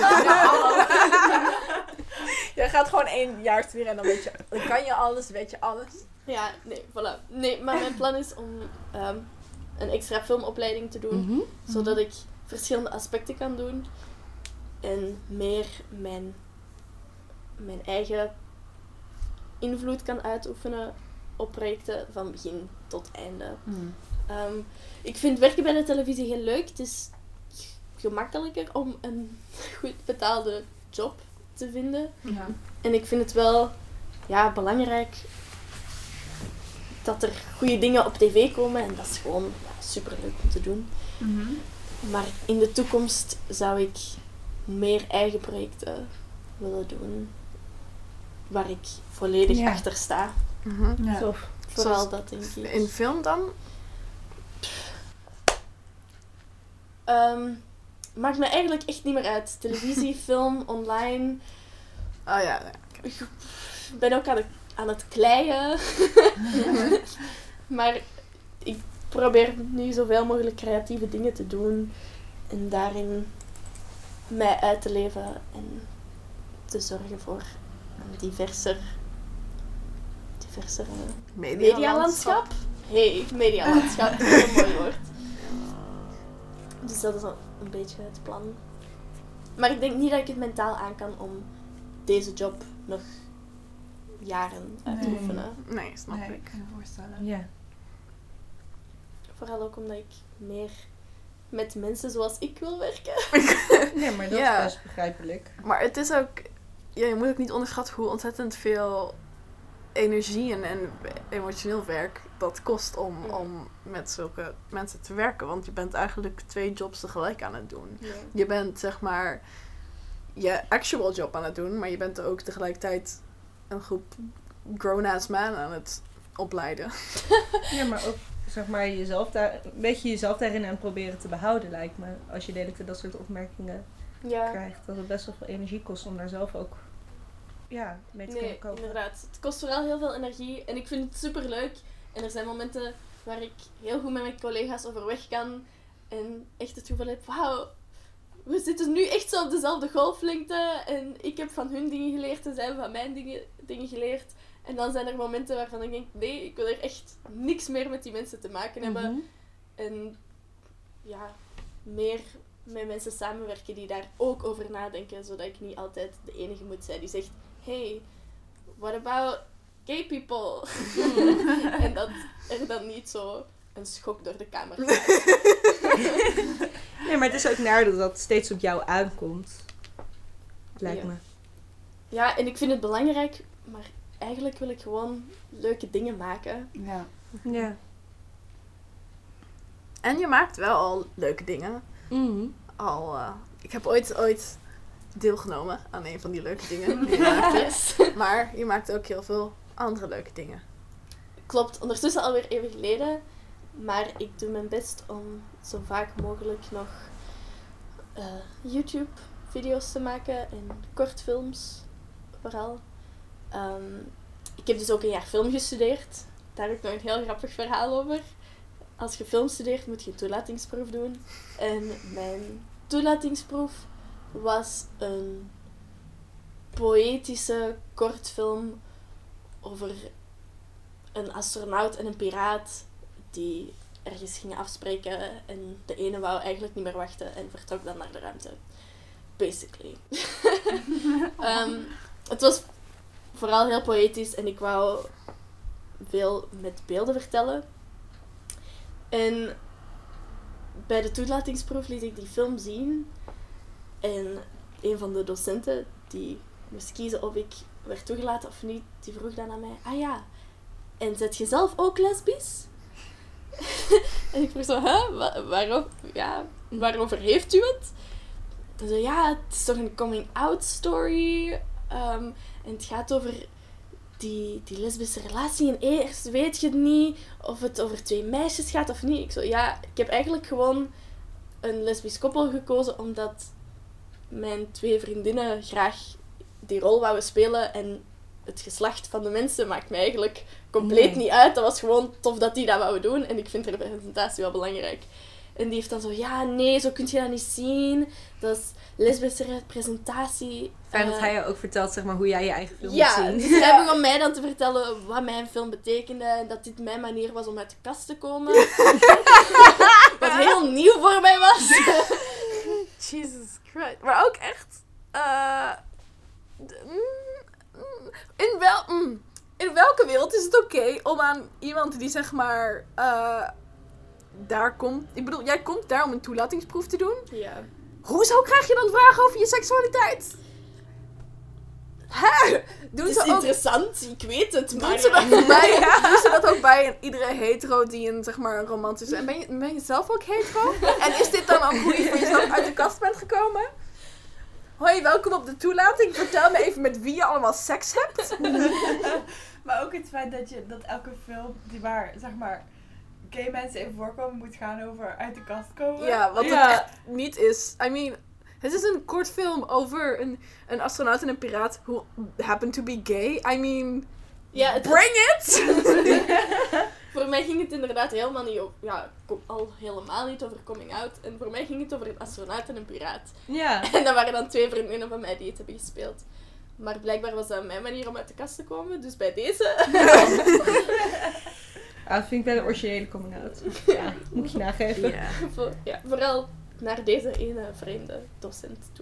Jij gaat gewoon 1 jaar studeren en dan kan je alles, weet je alles. Ja, nee, voilà. Nee, maar mijn plan is om een extra filmopleiding te doen. Zodat ik verschillende aspecten kan doen. En meer mijn eigen invloed kan uitoefenen op projecten van begin tot einde. Ik vind werken bij de televisie heel leuk. Het is gemakkelijker om een goed betaalde job te vinden. Ja. En ik vind het wel belangrijk dat er goede dingen op tv komen. En dat is gewoon super leuk om te doen. Maar in de toekomst zou ik meer eigen projecten willen doen. Waar ik volledig achter sta. Ja. Zo, vooral Zoals dat denk ik. In film dan? Maakt me eigenlijk echt niet meer uit. Televisie, film, online. Oh ja. Ik ben ook aan het kleien. Maar ik probeer nu zoveel mogelijk creatieve dingen te doen. En daarin mij uit te leven. En te zorgen voor een diverser diversere Medialandschap. medialandschap. Hey, medialandschap, dat is een mooi woord. Dus dat is al een beetje het plan. Maar ik denk niet dat ik het mentaal aan kan om deze job nog jaren uit te Nee. oefenen. Nee, snap Nee, ik ik. kan me voorstellen. Ja. Vooral ook omdat ik meer met mensen zoals ik wil werken. Nee, maar dat Ja. is best begrijpelijk. Maar het is ook... Ja, je moet ook niet onderschatten hoe ontzettend veel energie en emotioneel werk dat kost om met zulke mensen te werken. Want je bent eigenlijk 2 jobs tegelijk aan het doen. Ja. Je bent zeg maar je actual job aan het doen, maar je bent ook tegelijkertijd een groep grown-ass man aan het opleiden. Ja, maar ook zeg maar jezelf daar, een beetje jezelf daarin aan het proberen te behouden, lijkt me. Als je de hele tijd dat soort opmerkingen Ja. krijgt, dat het best wel veel energie kost om daar zelf ook mee te Nee, kunnen kopen. inderdaad. Het kost vooral heel veel energie en ik vind het super leuk. En er zijn momenten waar ik heel goed met mijn collega's overweg kan en echt het gevoel heb, wauw, we zitten nu echt zo op dezelfde golflengte en ik heb van hun dingen geleerd en zij hebben van mijn dingen geleerd. En dan zijn er momenten waarvan ik denk, nee, ik wil er echt niks meer met die mensen te maken hebben. Mhm. En ja, meer met mensen samenwerken die daar ook over nadenken, zodat ik niet altijd de enige moet zijn die zegt, hey, what about gay people? En dat er dan niet zo een schok door de kamer gaat. Nee, maar het is ook naar dat dat steeds op jou aankomt. Lijkt Ja. me. Ja, en ik vind het belangrijk, maar eigenlijk wil ik gewoon leuke dingen maken. Ja. Ja. En je maakt wel al leuke dingen. Ik heb ooit deelgenomen aan een van die leuke dingen die je maakte. Yes. Maar je maakt ook heel veel andere leuke dingen. Klopt, ondertussen alweer even geleden. Maar ik doe mijn best om zo vaak mogelijk nog YouTube-video's te maken en kortfilms vooral. Ik heb dus ook een jaar film gestudeerd. Daar heb ik nog een heel grappig verhaal over. Als je film studeert, moet je een toelatingsproef doen. En mijn toelatingsproef was een poëtische kortfilm over een astronaut en een piraat die ergens gingen afspreken en de ene wou eigenlijk niet meer wachten en vertrok dan naar de ruimte. Basically. Het was vooral heel poëtisch en ik wou veel met beelden vertellen. En bij de toelatingsproef liet ik die film zien en een van de docenten die moest kiezen of ik werd toegelaten of niet, die vroeg dan aan mij, ah ja, en zet je zelf ook lesbisch? En ik vroeg zo, waarover heeft u het? En zo, ja, het is toch een coming-out story. En het gaat over die lesbische relatie. En eerst weet je niet of het over 2 meisjes gaat of niet. Ik zo, ja, ik heb eigenlijk gewoon een lesbisch koppel gekozen omdat mijn 2 vriendinnen graag die rol wouden spelen en het geslacht van de mensen maakt mij eigenlijk compleet niet uit. Dat was gewoon tof dat die dat wouden doen en ik vind de representatie wel belangrijk. En die heeft dan zo, ja, nee, zo kun je dat niet zien. Dat is lesbische representatie. Fijn dat hij je ook vertelt, zeg maar, hoe jij je eigen film moet Ja, zien. dus hij begon mij dan te vertellen wat mijn film betekende en dat dit mijn manier was om uit de kast te komen. Wat heel nieuw voor mij was. Jesus Christ. Maar ook echt... in welke wereld is het oké om aan iemand die zeg maar... daar komt... Ik bedoel, jij komt daar om een toelatingsproef te doen. Ja. Hoezo krijg je dan vragen over je seksualiteit? Hè? Doen Het ze is ook... interessant, ik weet het, maar... Doen ze dat bij, doen ze dat ook bij iedere hetero die een, zeg maar, een romantische... En ben je zelf ook hetero? En is dit dan ook hoe je voor jezelf uit de kast bent gekomen? Hoi, welkom op de toelating. Vertel me even met wie je allemaal seks hebt. Maar ook het feit dat elke film die waar, zeg maar, gay mensen even voorkomen moet gaan over uit de kast komen. Ja, wat Ja. het echt niet is. I mean, het is een kort film over een astronaut en een piraat who happen to be gay. I mean, Ja, bring it! voor mij ging het inderdaad helemaal niet over... Ja, al helemaal niet over coming out. En voor mij ging het over een astronaut en een piraat. Ja. En dat waren dan 2 vriendinnen van mij die het hebben gespeeld. Maar blijkbaar was dat mijn manier om uit de kast te komen. Dus bij deze dat vind ik wel een originele coming-out. Ja, moet je nageven. Ja. Vooral naar deze ene vreemde docent toe.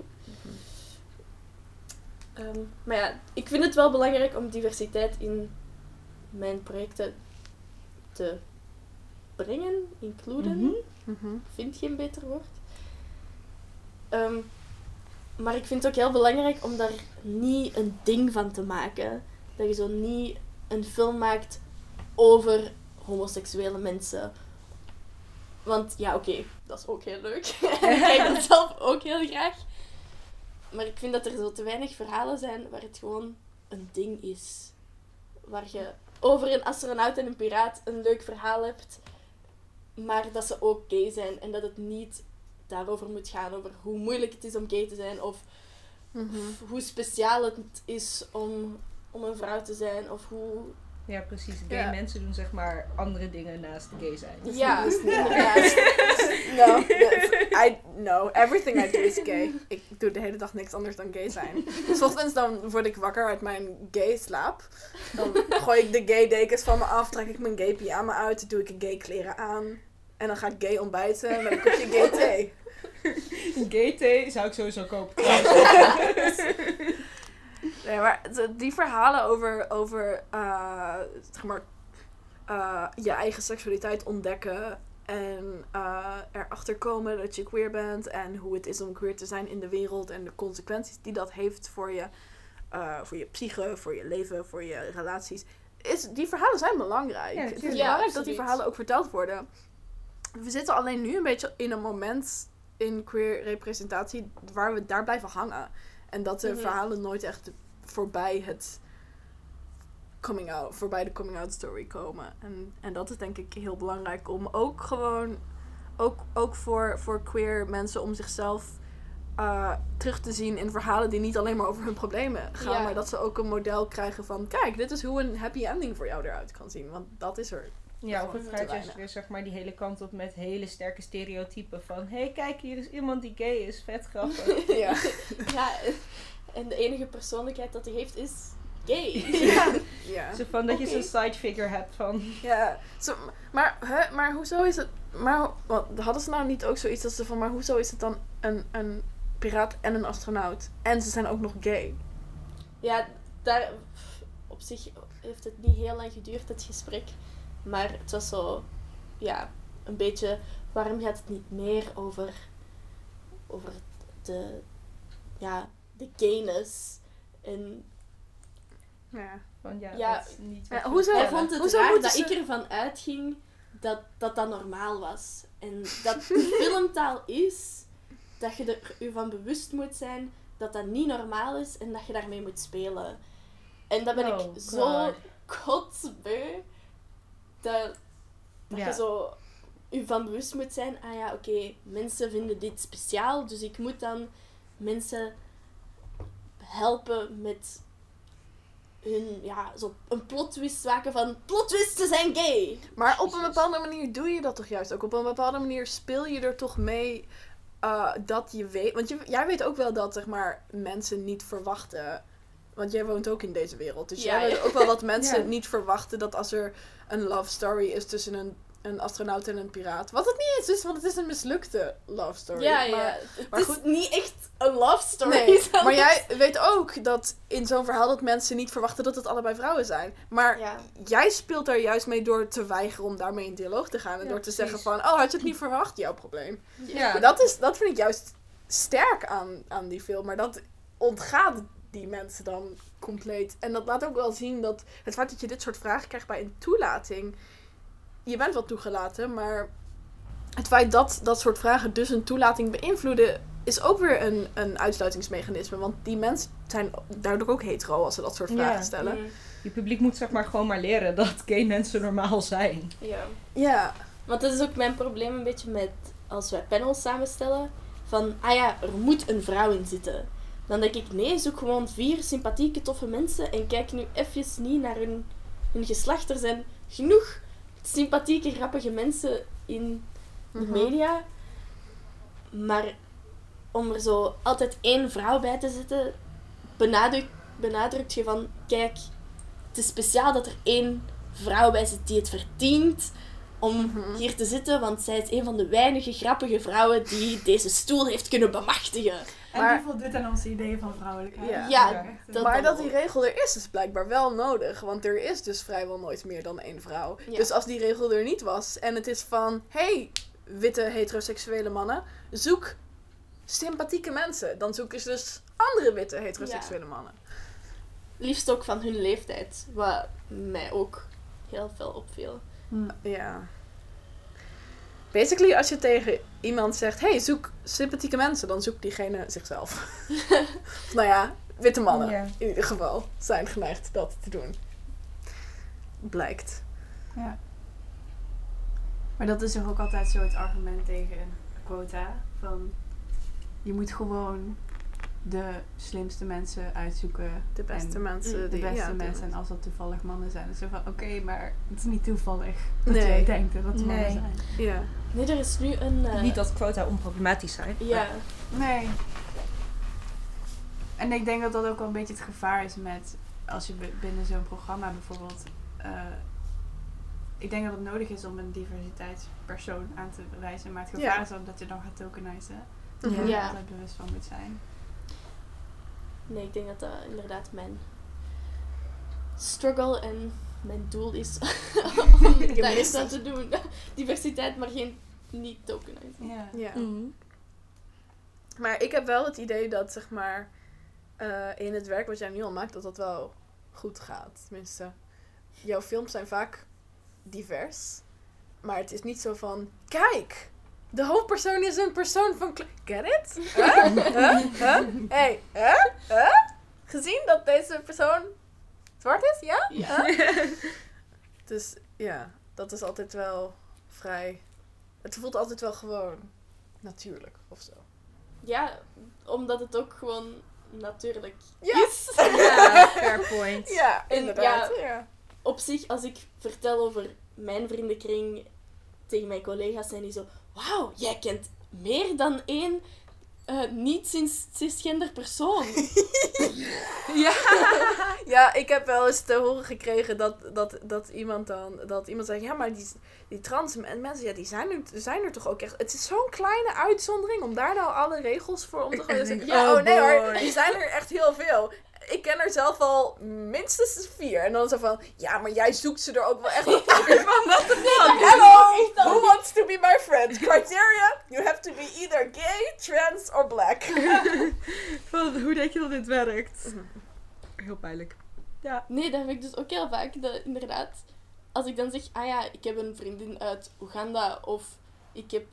Maar ja, ik vind het wel belangrijk om diversiteit in mijn projecten te brengen, includen. Mhm. Mhm. Vind geen beter woord. Maar ik vind het ook heel belangrijk om daar niet een ding van te maken. Dat je zo niet een film maakt over homoseksuele mensen. Want ja, oké, dat is ook heel leuk. Ik kijk dat zelf ook heel graag. Maar ik vind dat er zo te weinig verhalen zijn waar het gewoon een ding is. Waar je over een astronaut en een piraat een leuk verhaal hebt, maar dat ze ook gay zijn. En dat het niet daarover moet gaan, over hoe moeilijk het is om gay te zijn, of hoe speciaal het is om een vrouw te zijn, of hoe... Ja, precies. Gay mensen doen zeg maar andere dingen naast gay zijn. Ja, inderdaad. No, everything I do is gay. Ik doe de hele dag niks anders dan gay zijn. 's Ochtends dan word ik wakker uit mijn gay slaap. Dan gooi ik de gay dekens van me af, trek ik mijn gay pyjama uit, doe ik gay kleren aan. En dan ga ik gay ontbijten met een kopje gay thee. Gay thee zou ik sowieso kopen. Nee, maar die verhalen over zeg maar, je eigen seksualiteit ontdekken en erachter komen dat je queer bent en hoe het is om queer te zijn in de wereld en de consequenties die dat heeft voor je psyche, voor je leven, voor je relaties. Die verhalen zijn belangrijk. Ja, het is tuurlijk. belangrijk dat absoluut. die verhalen ook verteld worden. We zitten alleen nu een beetje in een moment in queer representatie waar we daar blijven hangen. En dat de verhalen nooit echt voorbij de coming out story komen. En dat is denk ik heel belangrijk om ook gewoon, ook voor queer mensen om zichzelf terug te zien in verhalen die niet alleen maar over hun problemen gaan, Ja. maar dat ze ook een model krijgen van, kijk, dit is hoe een happy ending voor jou eruit kan zien. Want dat is er. Ja, of Gewoon het te gaat juist weinig. weer zeg maar die hele kant op met hele sterke stereotypen van hé, kijk, hier is iemand die gay is, vet grappig. Ja. Ja, en de enige persoonlijkheid dat hij heeft is gay. Ja. Zo van dat je Oké. zo'n side figure hebt van... Ja, maar hoezo is het... Maar hadden ze nou niet ook zoiets als van... Maar hoezo is het dan een piraat en een astronaut? En ze zijn ook nog gay. Ja, daar op zich heeft het niet heel lang geduurd, het gesprek. Maar het was zo, ja, een beetje, waarom gaat het niet meer over de gayness? En Ja. Van ja, Ja, dat is niet ja, wat je hoezo- wil hij vertellen. vond het Hoezo raar moeten dat ze- ik ervan uitging dat normaal was. En dat filmtaal is dat je er je van bewust moet zijn dat dat niet normaal is en dat je daarmee moet spelen. En dat ben Oh, ik zo God. kotsbeu dat Ja. je zo je van bewust moet zijn, ah ja, oké, mensen vinden dit speciaal, dus ik moet dan mensen helpen met hun, ja, zo een plot twist maken van plot twist, ze zijn gay. Maar op een Jezus. bepaalde manier doe je dat toch juist ook. Op een bepaalde manier speel je er toch mee dat je weet... Want jij weet ook wel dat, zeg maar, mensen niet verwachten... Want jij woont ook in deze wereld. Dus Ja, jij weet ja. ook wel dat mensen Ja. niet verwachten dat als er een love story is tussen een astronaut en een piraat... Wat het niet is, want het is een mislukte love story. Ja, maar, ja. Het maar is goed. niet echt een love story. Nee, zelfs. maar jij weet ook dat in zo'n verhaal dat mensen niet verwachten dat het allebei vrouwen zijn. Maar Ja. jij speelt daar juist mee door te weigeren om daarmee in dialoog te gaan. En Ja, door te precies. zeggen van, oh, had je het niet verwacht? Jouw probleem. Ja. Maar dat vind ik juist sterk aan die film. Maar dat ontgaat die mensen dan compleet. En dat laat ook wel zien dat het feit dat je dit soort vragen krijgt bij een toelating... Je bent wel toegelaten, maar het feit dat dat soort vragen dus een toelating beïnvloeden... is ook weer een uitsluitingsmechanisme. Want die mensen zijn daardoor ook hetero als ze dat soort vragen Ja. stellen. Mm, Je publiek moet zeg maar gewoon maar leren dat gay mensen normaal zijn. ja. Ja. Want dat is ook mijn probleem een beetje met als wij panels samenstellen. Van, ah ja, er moet een vrouw in zitten. Dan denk ik, nee, zoek gewoon 4 sympathieke, toffe mensen. En kijk nu even niet naar hun geslacht. Er zijn genoeg sympathieke, grappige mensen in de Mhm. media. Maar om er zo altijd 1 vrouw bij te zetten, benadrukt je van, kijk, het is speciaal dat er 1 vrouw bij zit die het verdient om hier te zitten, want zij is een van de weinige grappige vrouwen die deze stoel heeft kunnen bemachtigen. En Maar- die voldoet aan onze ideeën van vrouwelijkheid. Ja. Ja, Echt, Maar dan dat die regel er is dus blijkbaar wel nodig. Want er is dus vrijwel nooit meer dan 1 vrouw. Ja. Dus als die regel er niet was en het is van... Hey, witte heteroseksuele mannen, zoek sympathieke mensen. Dan zoeken ze dus andere witte heteroseksuele mannen. liefst ook van hun leeftijd, wat mij ook heel veel opviel. Ja. Basically, als je tegen iemand zegt... Hey, zoek sympathieke mensen. Dan zoekt diegene zichzelf. Nou ja, witte mannen Ja. in ieder geval zijn geneigd dat te doen. Blijkt. Ja. Maar dat is toch ook altijd zo het argument tegen quota. Van, je moet gewoon de slimste mensen uitzoeken. De beste en mensen. De die, beste ja, mensen. En als dat toevallig mannen zijn, is het zo van, oké, maar het is niet toevallig dat Nee. jij denkt dat het mannen Nee. zijn. Ja. Nee, er is nu een... Niet dat quota onproblematisch zijn. Ja, Nee. En ik denk dat dat ook wel een beetje het gevaar is met, als je binnen zo'n programma bijvoorbeeld, ik denk dat het nodig is om een diversiteitspersoon aan te wijzen, maar het gevaar Ja. is ook dat je dan gaat tokenizen. Mhm. Waar je Ja. altijd bewust van moet zijn. nee, ik denk dat dat inderdaad mijn struggle en mijn doel is om Je daar mist iets aan het. te doen. Diversiteit, maar geen niet tokenizen. Ja. Ja. Mhm. Maar ik heb wel het idee dat, zeg maar, in het werk wat jij nu al maakt, dat dat wel goed gaat. Tenminste, jouw films zijn vaak divers. Maar het is niet zo van, kijk, de hoofdpersoon is een persoon van get it? Hey, gezien dat deze persoon zwart is? Ja? Ja. Dus ja, dat is altijd wel vrij... Het voelt altijd wel gewoon natuurlijk, of zo. Ja, omdat het ook gewoon natuurlijk Ja. is. Ja, fair point. Ja, En inderdaad. Ja. Op zich, als ik vertel over mijn vriendenkring tegen mijn collega's, zijn die zo... Wauw, jij kent meer dan één niet-cisgender persoon. Ja, ik heb wel eens te horen gekregen dat iemand zegt, ja, maar die trans mensen, ja, die zijn er toch ook echt. Het is zo'n kleine uitzondering om daar nou alle regels voor om te gooien. denk, Ja, oh nee hoor, boy. die zijn er echt heel veel. Ik ken er zelf al minstens 4. En dan zo van, ja, maar jij zoekt ze er ook wel echt op. Hello, who wants to be my friend? Criteria, you have to be either gay, trans or black. Hoe denk je dat dit werkt? Heel pijnlijk. Ja. Nee, dat heb ik dus ook heel vaak. Dat, inderdaad, als ik dan zeg, ah ja, ik heb een vriendin uit Oeganda of ik heb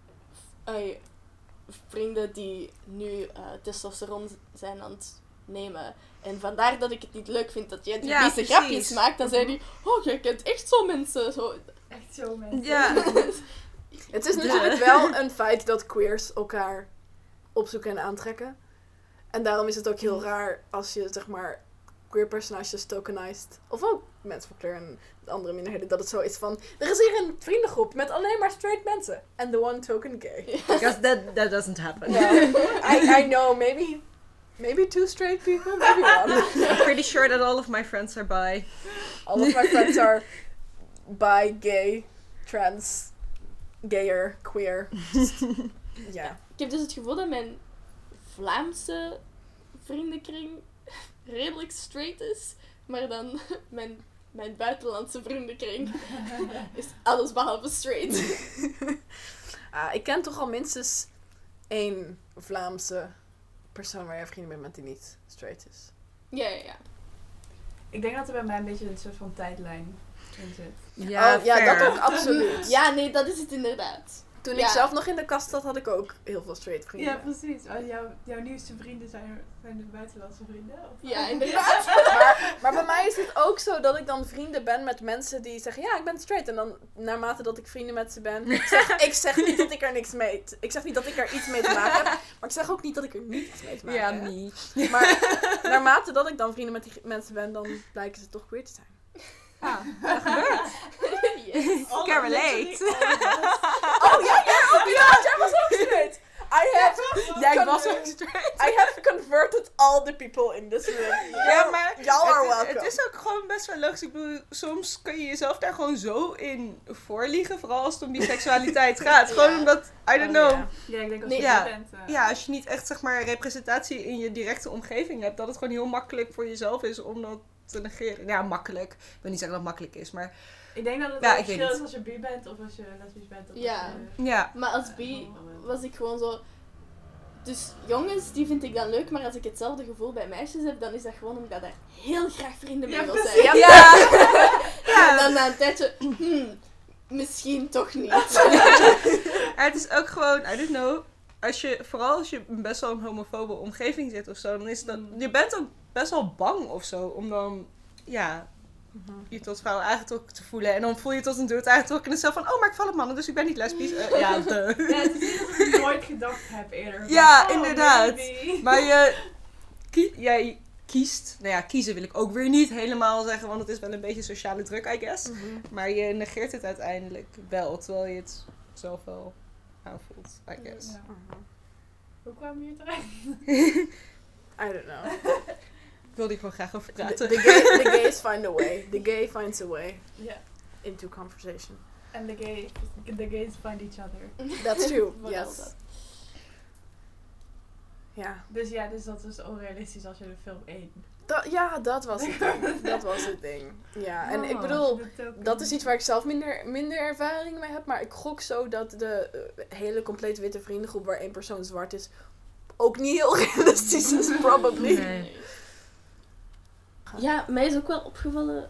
vrienden die nu testosteron zijn aan het nemen. En vandaar dat ik het niet leuk vind dat jij Ja, deze precies. grapjes maakt. Dan zei die, oh, jij kent echt zo mensen. Zo. Echt zo mensen. Ja. Het is natuurlijk wel een feit dat queers elkaar opzoeken en aantrekken. En daarom is het ook heel raar als je, zeg maar, queer personages tokenized. Of ook mensen van kleur en andere minderheden. Dat het zo is van, er is hier een vriendengroep met alleen maar straight mensen. And the one token gay. Because that doesn't happen. I know, maybe 2 straight people, maybe 1. I'm pretty sure that all of my friends are bi. All of my friends are bi, gay, trans, gayer, queer. Ja. Ik heb dus het gevoel dat mijn Vlaamse vriendenkring redelijk straight is. Maar dan mijn buitenlandse vriendenkring is alles behalve straight. Ik ken toch al minstens 1 Vlaamse persoon waar je vrienden mee bent die niet straight is. Ja. Ik denk dat er bij mij een beetje een soort van tijdlijn in zit. Ja, fair. dat ook absoluut. Ja, nee, dat is het inderdaad. Toen Ja. ik zelf nog in de kast zat, had ik ook heel veel straight vrienden. Ja, precies. Jouw nieuwste vrienden zijn de buitenlandse vrienden? Of? Ja, inderdaad. Maar bij mij is het ook zo dat ik dan vrienden ben met mensen die zeggen, ja, ik ben straight. En dan, naarmate dat ik vrienden met ze ben, ik zeg niet dat ik er niks mee... Ik zeg niet dat ik er iets mee te maken heb, maar ik zeg ook niet dat ik er niets mee te maken Ja, heb. me. Maar naarmate dat ik dan vrienden met die mensen ben, dan blijken ze toch queer te zijn. Yes. Can relate. Oh ja, jij was ook straight! Jij was ook straight. I have converted all the people in this room. Ja, maar Y'all are het welcome. is ook gewoon best wel logisch. Ik bedoel, soms kun je jezelf daar gewoon zo in voorliegen. Vooral als het om die seksualiteit gaat. Gewoon Ja. omdat, I don't know. ja. Ja, ik denk als Nee, je ja. dit bent... Ja, als je niet echt zeg maar representatie in je directe omgeving hebt. Dat het gewoon heel makkelijk voor jezelf is om dat te negeren. Ja, makkelijk. Ik wil niet zeggen dat het makkelijk is, maar Ik denk dat het Ja, een ik weet verschil is niet. als je bi bent of als je lesbisch bent. Of Ja. als je... ja. Maar als bi was ik gewoon zo... Dus jongens, die vind ik dan leuk, maar als ik hetzelfde gevoel bij meisjes heb, dan is dat gewoon omdat ik daar heel graag vrienden mee Ja, wil precies. zijn. Ja. Ja. En dan na een tijdje, misschien toch niet. En het is ook gewoon, I don't know. Vooral als je in best wel een homofobe omgeving zit of zo, dan is dat... Je bent ook best wel bang of zo, om dan, ja, je tot vrouw aangetrokken te voelen. En dan voel je tot een dude aangetrokken en zelf van, oh, maar ik val op mannen, dus ik ben niet lesbisch. Ja, duh. Ja, het is niet dat ik nooit gedacht heb eerder. Ja, Van, inderdaad. maybe. Maar jij kiest, nou ja, kiezen wil ik ook weer niet helemaal zeggen, want het is wel een beetje sociale druk, I guess. Maar je negeert het uiteindelijk wel, terwijl je het zelf wel aanvoelt, I guess. Ja. Hoe kwamen we hier terecht? I don't know. Ik wilde hier gewoon graag over The praten. the gays find a way. The gay finds a way Ja. into conversation. En the gays find each other. That's true. Vooral Yes. dat. Ja. Dus ja, dus dat is onrealistisch als je de film 1. Ja, dat was het ding. Dat was het ding. Ja, en ik bedoel, dat is iets waar ik zelf minder ervaring mee heb. Maar ik gok zo dat de hele complete witte vriendengroep waar één persoon zwart is, ook niet heel realistisch is, probably. Nee. Ja, mij is ook wel opgevallen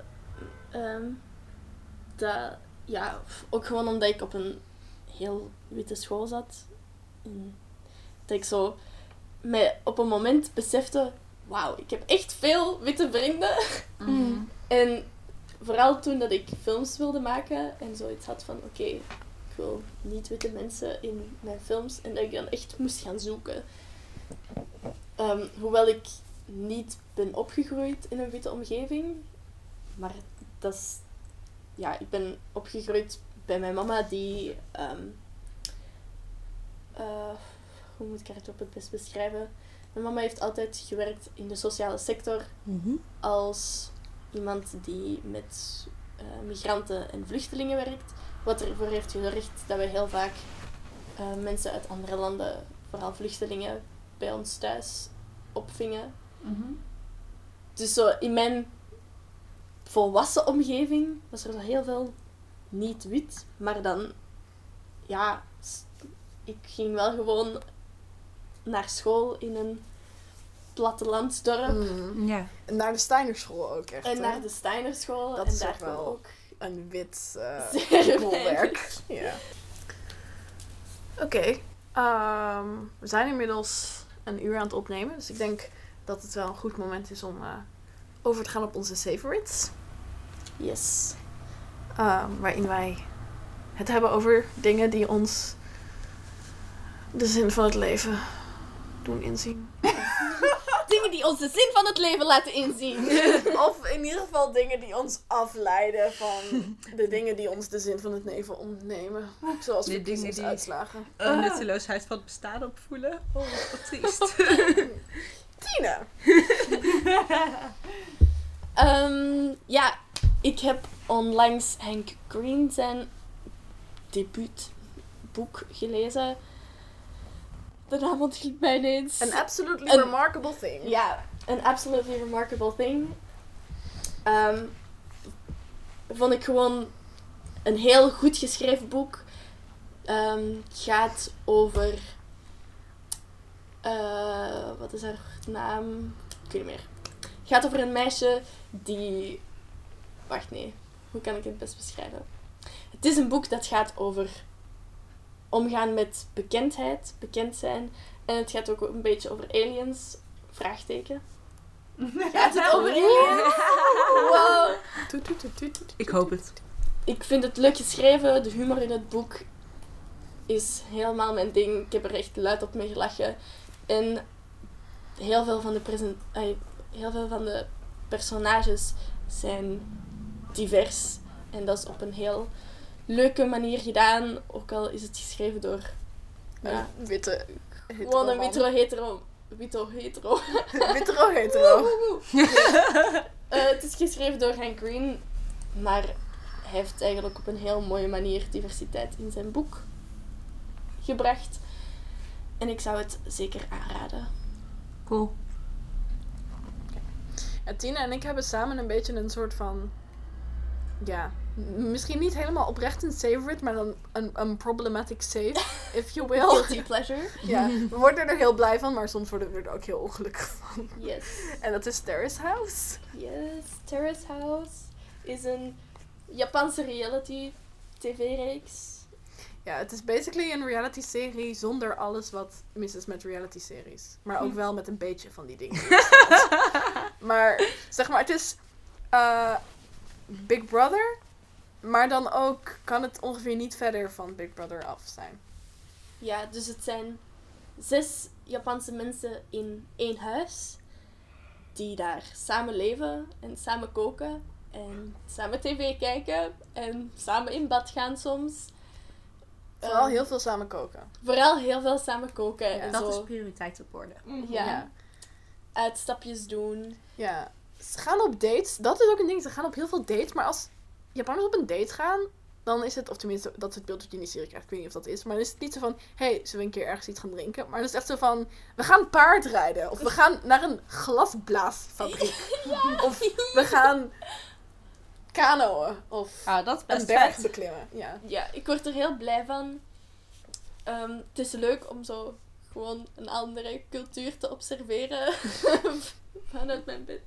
dat, ja, ook gewoon omdat ik op een heel witte school zat, en dat ik zo mij op een moment besefte, wauw, ik heb echt veel witte vrienden. En vooral toen dat ik films wilde maken en zoiets had van, oké, ik wil niet witte mensen in mijn films. En dat ik dan echt moest gaan zoeken. Hoewel ik niet ben opgegroeid in een witte omgeving. Maar dat is... Ja, ik ben opgegroeid bij mijn mama die... hoe moet ik haar het op het best beschrijven? Mijn mama heeft altijd gewerkt in de sociale sector als iemand die met migranten en vluchtelingen werkt. Wat ervoor heeft gezorgd dat we heel vaak mensen uit andere landen, vooral vluchtelingen, bij ons thuis opvingen. Dus zo in mijn volwassen omgeving was er zo heel veel niet wit. Maar dan, ja, ik ging wel gewoon naar school in een plattelandsdorp. Ja. En naar de Steinerschool ook echt. En hè? naar de Steinerschool. Dat en is daar toch wel- kwam ook Een wit zeer bolwerk. Ja. Oké. We zijn inmiddels een uur aan het opnemen. Dus ik denk dat het wel een goed moment is om over te gaan op onze favorites. Yes. Waarin wij het hebben over dingen die ons de zin van het leven doen inzien. Dingen die ons de zin van het leven laten inzien. Of in ieder geval dingen die ons afleiden van de dingen die ons de zin van het leven ontnemen. Zoals De dingen die- verkiezingsuitslagen. Nutteloosheid van het bestaan opvoelen. Oh, wat triest. Tina! Ja, ik heb onlangs Hank Green zijn debuutboek gelezen. De naam ontglipt mij ineens. An absolutely Een- remarkable thing. Ja, An Absolutely Remarkable Thing. Vond ik gewoon een heel goed geschreven boek. Gaat over... wat is haar naam? Ik weet niet meer. Gaat over een meisje die... Wacht, nee. Hoe kan ik het best beschrijven? Het is een boek dat gaat over omgaan met bekendheid, bekend zijn. En het gaat ook een beetje over aliens. Vraagteken. Gaat het over aliens? Wow. Toet, toet, toet, toet, toet. Ik hoop het. Ik vind het leuk geschreven. De humor in het boek is helemaal mijn ding. Ik heb er echt luid op mee gelachen. En heel veel van de personages zijn divers. En dat is op een heel leuke manier gedaan. Ook al is het geschreven door Een witte gewoon een hetero hetero Wito Hetero. Hetero. Het is geschreven door Hank Green, maar hij heeft eigenlijk op een heel mooie manier diversiteit in zijn boek gebracht. En ik zou het zeker aanraden. Cool. Ja, Tina en ik hebben samen een beetje een soort van... Ja, misschien niet helemaal oprecht een favorite, maar dan een problematic save, if you will. Guilty pleasure. Ja, we worden er heel blij van, maar soms worden we er ook heel ongelukkig van. Yes. En dat is Terrace House. Yes. Terrace House is een Japanse reality tv-reeks. Ja, het is basically een reality-serie zonder alles wat mis is met reality-series. Maar ook wel met een beetje van die dingen. Maar, zeg maar, het is Big Brother. Maar dan ook kan het ongeveer niet verder van Big Brother af zijn. Ja, dus het zijn 6 Japanse mensen in 1 huis. Die daar samen leven en samen koken. En samen tv kijken. En samen in bad gaan soms. Vooral heel veel samen koken. Vooral heel veel samen koken. Ja, en Dat zo. is prioriteit op orde. Ja. Uitstapjes doen. Ja. Ze gaan op dates. Dat is ook een ding. Ze gaan op heel veel dates. Maar als Japanners op een date gaan, dan is het, of tenminste, dat is het beeld dat je in die serie krijgt. Ik weet niet of dat is. Maar dan is het niet zo van, hey, zullen we een keer ergens iets gaan drinken? Maar het is echt zo van, we gaan paardrijden. Of we gaan naar een glasblaasfabriek. Of we gaan kanoën. Of Dat is een best berg vet. beklimmen. Ja. Ja, ik word er heel blij van. Het is leuk om zo gewoon een andere cultuur te observeren vanuit mijn bed.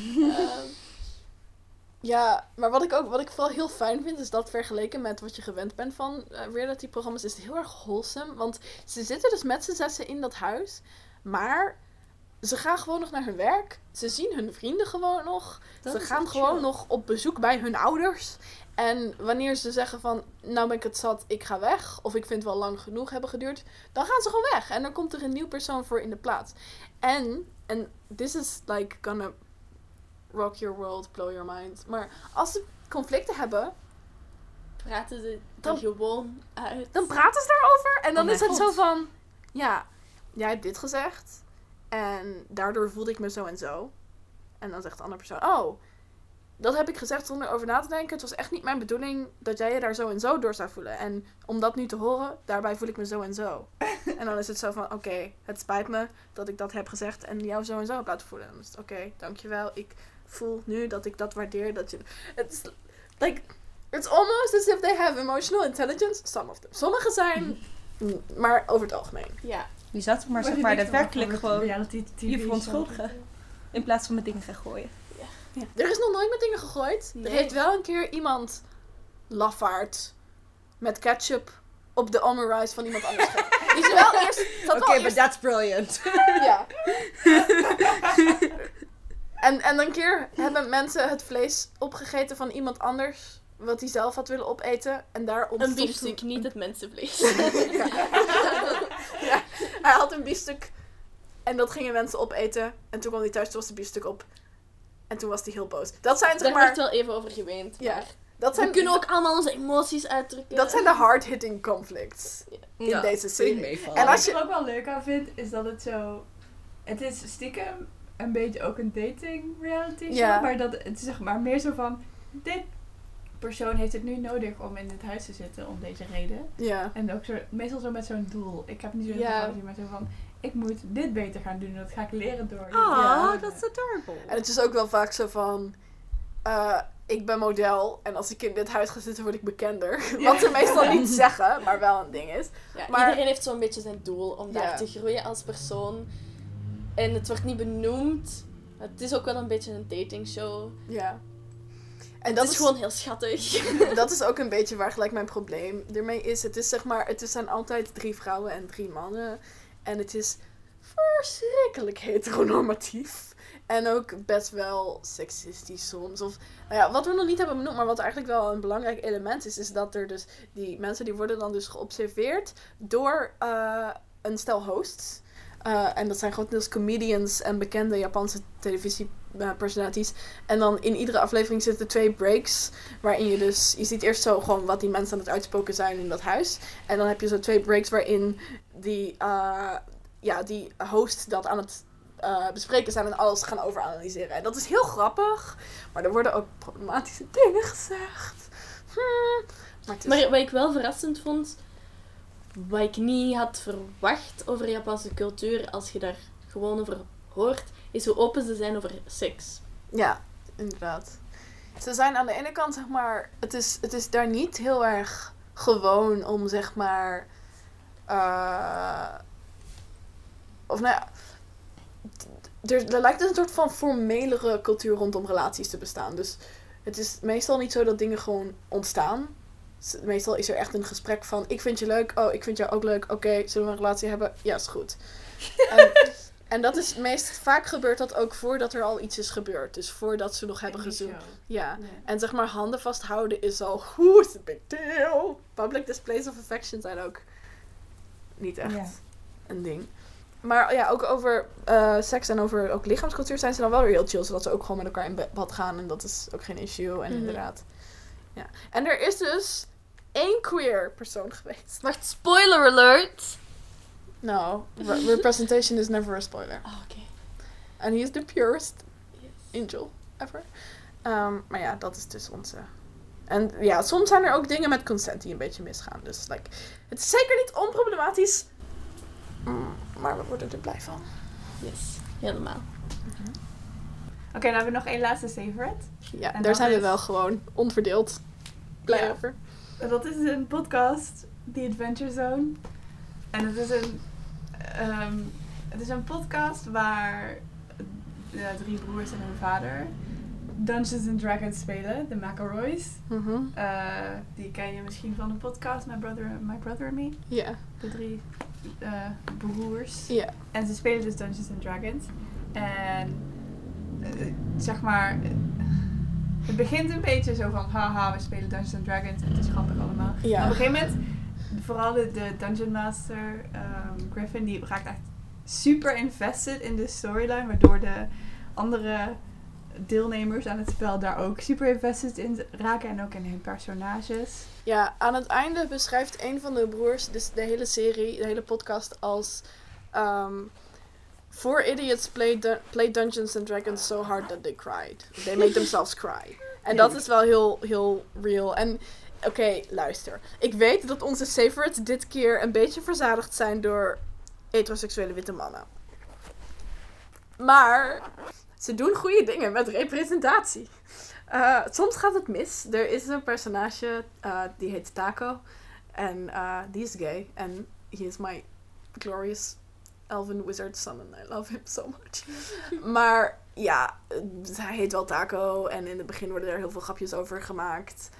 Ja, maar wat ik vooral heel fijn vind, is dat vergeleken met wat je gewend bent van reality-programma's, is het heel erg wholesome. Want ze zitten dus met z'n zessen in dat huis, maar ze gaan gewoon nog naar hun werk. Ze zien hun vrienden gewoon nog. Ze gaan gewoon nog op bezoek bij hun ouders. En wanneer ze zeggen van, nou ben ik het zat, ik ga weg. Of ik vind het wel lang genoeg hebben geduurd. Dan gaan ze gewoon weg. En dan komt er een nieuw persoon voor in de plaats. En this is like gonna rock your world, blow your mind. Maar als ze conflicten hebben, Praten ze Dan- er gewoon uit. dan praten ze daarover. En dan Oh is mijn het God. zo van, ja, jij hebt dit gezegd. En daardoor voelde ik me zo en zo. En dan zegt de andere persoon, oh, dat heb ik gezegd zonder over na te denken. Het was echt niet mijn bedoeling dat jij je daar zo en zo door zou voelen. En om dat nu te horen, daarbij voel ik me zo en zo. En dan is het zo van, oké, het spijt me dat ik dat heb gezegd en jou zo en zo heb laten voelen. En dan is het, oké, dankjewel. Ik voel nu dat ik dat waardeer. Dat je, it's like, it's almost as if they have emotional intelligence. Some of them. Sommige zijn, maar over het algemeen. Ja. Je zou toch maar zeg maar daadwerkelijk gewoon je verontschuldigen. In plaats van met dingen gaan gooien. Ja. Er is nog nooit met dingen gegooid. Nee. Er heeft wel een keer iemand lafaard met ketchup op de omurice van iemand anders gegeten. Die is wel eerst... Oké, but that's brilliant. Ja. En een keer hebben mensen het vlees opgegeten van iemand anders, wat hij zelf had willen opeten. En daarop Een stond biefstuk, niet het mensenvlees. Ja. Ja, hij had een biefstuk en dat gingen mensen opeten. En toen kwam hij thuis, toen was de biefstuk op. En toen was hij heel boos. Dat zijn zeg Daar maar... werd wel even over geweend. Ja. Maar Dat zijn, we kunnen ook allemaal onze emoties uitdrukken. dat zijn de hard-hitting conflicts in deze serie. meevallen. En Wat als ik je... er ook wel leuk aan vind, is dat het zo... Het is stiekem een beetje ook een dating reality show. Ja. Maar dat, het is zeg maar meer zo van... Dit persoon heeft het nu nodig om in dit huis te zitten om deze reden. Ja. En ook zo, meestal zo met zo'n doel. Ik heb niet zo'n Ja. fantasie, maar zo van... Ik moet dit beter gaan doen. Dat ga ik leren door... Oh, Ja. dat is adorable. En het is ook wel vaak zo van... ik ben model en als ik in dit huis ga zitten word ik bekender. Ja. Wat ze meestal niet zeggen, maar wel een ding is. Ja, Maar- iedereen heeft zo'n beetje zijn doel om Ja. daar te groeien als persoon. En het wordt niet benoemd. Het is ook wel een beetje een datingshow. Ja. En Dat is gewoon heel schattig. dat is ook een beetje waar gelijk mijn probleem ermee is. Het is zeg maar, het zijn altijd 3 vrouwen en 3 mannen. En het is verschrikkelijk heteronormatief. En ook best wel seksistisch soms. Of, nou ja, wat we nog niet hebben benoemd, maar wat eigenlijk wel een belangrijk element is, is dat er dus die mensen die worden dan dus geobserveerd door een stel hosts. En dat zijn grotendeels comedians en bekende Japanse televisiepersonalities. En dan in iedere aflevering zitten 2 breaks. Waarin je ziet eerst zo gewoon wat die mensen aan het uitspoken zijn in dat huis. En dan heb je zo 2 breaks waarin die die hosts dat aan het bespreken zijn en alles gaan overanalyseren. En dat is heel grappig, maar er worden ook problematische dingen gezegd. Maar Maar wat ik wel verrassend vond, wat ik niet had verwacht over Japanse cultuur, als je daar gewoon over hoort, is hoe open ze zijn over seks. Ja, inderdaad. Ze zijn aan de ene kant, zeg maar, het is daar niet heel erg gewoon om, zeg maar, of nou ja, er lijkt een soort van formelere cultuur rondom relaties te bestaan. Dus het is meestal niet zo dat dingen gewoon ontstaan. Meestal is er echt een gesprek van, ik vind je leuk, oh, ik vind jou ook leuk, oké, zullen we een relatie hebben? Ja, is goed. En dat is vaak gebeurt dat ook voordat er al iets is gebeurd. Dus voordat ze nog hebben gezoend. Ja. Nee. En zeg maar handen vasthouden is al, it's a big deal. Public displays of affection zijn ook niet echt een ding. Maar ja, ook over seks en over ook lichaamscultuur zijn ze dan wel weer heel chill. Zodat ze ook gewoon met elkaar in bad gaan. En dat is ook geen issue. En inderdaad. Ja. En er is dus 1 queer persoon geweest. Wacht, spoiler alert! No, representation is never a spoiler. Oh, oké. And he is the purest Yes. angel ever. Maar ja, dat is dus onze... En ja, soms zijn er ook dingen met consent die een beetje misgaan. Dus like, het is zeker niet onproblematisch. Maar we worden er blij van. Yes, helemaal. Oké, dan hebben we nog één laatste favorite. Ja, En daar dat zijn we is- wel gewoon onverdeeld blij Ja. over. Dat is een podcast, The Adventure Zone. En het is een podcast waar 3 broers en hun vader Dungeons and Dragons spelen, de McElroys. Die ken je misschien van de podcast My Brother and Me. Ja. De 3 broers. Ja. En ze spelen dus Dungeons and Dragons. En zeg maar, het begint een beetje zo van, haha, we spelen Dungeons and Dragons en het is grappig allemaal. Ja. Maar op een gegeven moment, vooral de Dungeon Master, Griffin, die raakt echt super invested in de storyline, waardoor de andere deelnemers aan het spel daar ook super invested in raken en ook in hun personages. Ja, aan het einde beschrijft een van de broers dus de hele serie, de hele podcast als... 4 idiots played Dungeons and Dragons so hard that they cried. They made themselves cry. En dat is wel heel real. En oké, luister. Ik weet dat onze favorites dit keer een beetje verzadigd zijn door heteroseksuele witte mannen. Maar ze doen goede dingen met representatie. Soms gaat het mis. Er is een personage, die heet Taco. En die is gay. En he is my glorious elven wizard son and I love him so much. Maar ja, hij heet wel Taco. En in het begin worden er heel veel grapjes over gemaakt.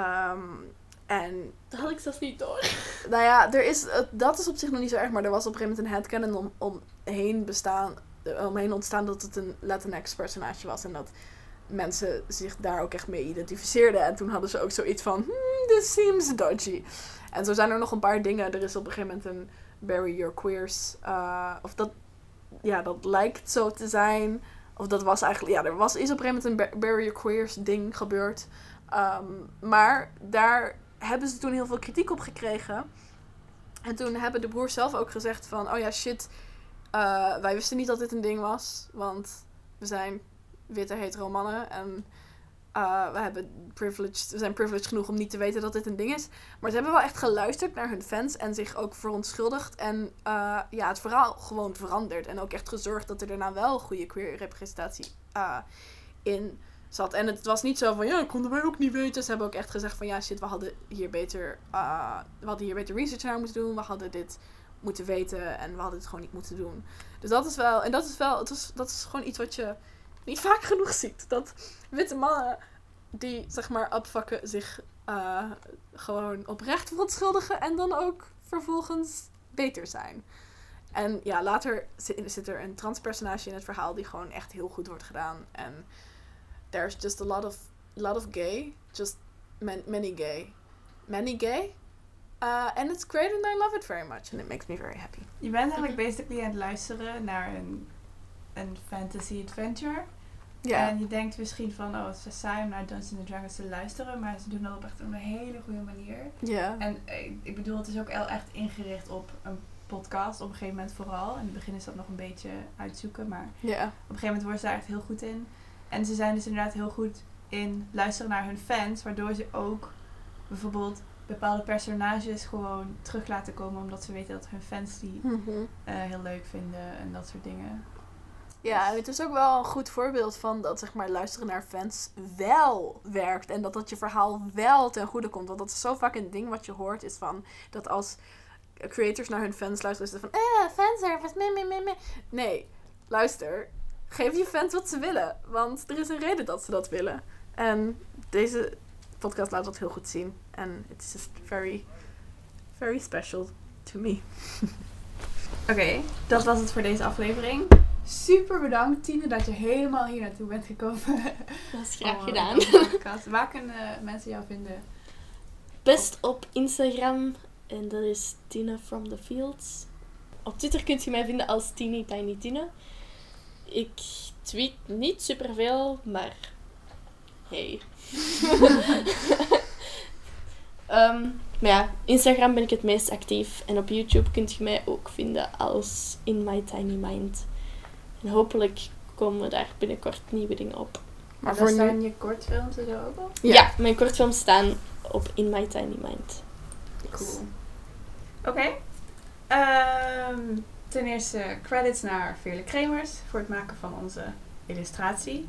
En Dat had ik zelfs niet door. nou ja, dat is op zich nog niet zo erg. Maar er was op een gegeven moment een headcanon omheen ontstaan dat het een Latinx personage was. En dat mensen zich daar ook echt mee identificeerden. En toen hadden ze ook zoiets van, this seems dodgy. En zo zijn er nog een paar dingen. Er is op een gegeven moment een Bury Your Queers. Dat lijkt zo te zijn. Of dat was eigenlijk... Ja, is op een gegeven moment een Bury Your Queers ding gebeurd. Maar daar hebben ze toen heel veel kritiek op gekregen. En toen hebben de broers zelf ook gezegd van... Oh ja, shit. Wij wisten niet dat dit een ding was. Want we zijn witte hetero mannen. En we zijn privileged genoeg om niet te weten dat dit een ding is. Maar ze hebben wel echt geluisterd naar hun fans. En zich ook verontschuldigd. En het verhaal gewoon veranderd. En ook echt gezorgd dat er daarna wel goede queer representatie in zat. En het was niet zo van, ja, dat konden wij ook niet weten. Ze hebben ook echt gezegd van, ja, shit, we hadden hier beter research naar moeten doen. We hadden dit moeten weten en we hadden het gewoon niet moeten doen. Dus dat is wel, en dat is gewoon iets wat je niet vaak genoeg ziet. Dat witte mannen die, zeg maar, upfucken zich gewoon oprecht verontschuldigen en dan ook vervolgens beter zijn. En ja, later zit er een transpersonage in het verhaal die gewoon echt heel goed wordt gedaan. En there's just a lot of gay. Just many gay. Many gay. And it's great and I love it very much. And it makes me very happy. Je bent eigenlijk basically aan het luisteren naar een fantasy adventure. Ja. En je denkt misschien van, oh, het is saai om naar Dungeons and Dragons te luisteren. Maar ze doen dat op echt een hele goede manier. Ja. En ik bedoel, het is ook echt ingericht op een podcast. Op een gegeven moment vooral. In het begin is dat nog een beetje uitzoeken. Maar Ja. op een gegeven moment worden ze daar echt heel goed in. En ze zijn dus inderdaad heel goed in luisteren naar hun fans. Waardoor ze ook bijvoorbeeld bepaalde personages gewoon terug laten komen. Omdat ze weten dat hun fans die heel leuk vinden. En dat soort dingen. Ja, het is ook wel een goed voorbeeld van dat zeg maar luisteren naar fans wel werkt. En dat je verhaal wel ten goede komt. Want dat is zo vaak een ding wat je hoort is van dat als creators naar hun fans luisteren is het van fanservice, meh. Nee, luister. Geef je fans wat ze willen. Want er is een reden dat ze dat willen. En deze podcast laat dat heel goed zien. En it's just very, very special to me. Oké, dat was het voor deze aflevering. Super bedankt Tine dat je helemaal hier naartoe bent gekomen. Dat is graag Om, gedaan. deze podcast. Waar kunnen mensen jou vinden? Best op Instagram. En dat is Tine from the Fields. Op Twitter kunt je mij vinden als Tini Tiny Tine. Ik tweet niet superveel, maar hey. Maar ja, Instagram ben ik het meest actief. En op YouTube kunt je mij ook vinden als In My Tiny Mind. En hopelijk komen daar binnenkort nieuwe dingen op. Maar Daar voor nu... staan je kortfilms en zo ook op? Ja, mijn kortfilms staan op In My Tiny Mind. Cool. Oké. Ten eerste credits naar Veerle Kremers voor het maken van onze illustratie.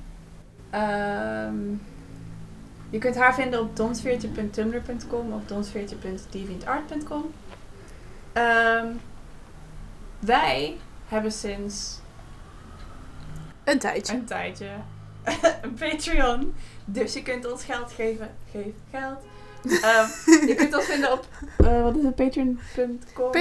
Je kunt haar vinden op donsveertje.tumblr.com of donsveertje.deviantart.com. Wij hebben sinds Een tijdje. een tijdje een Patreon. Dus je kunt ons geld geven. Geef geld. Je kunt ons vinden op wat is het? Patreon.com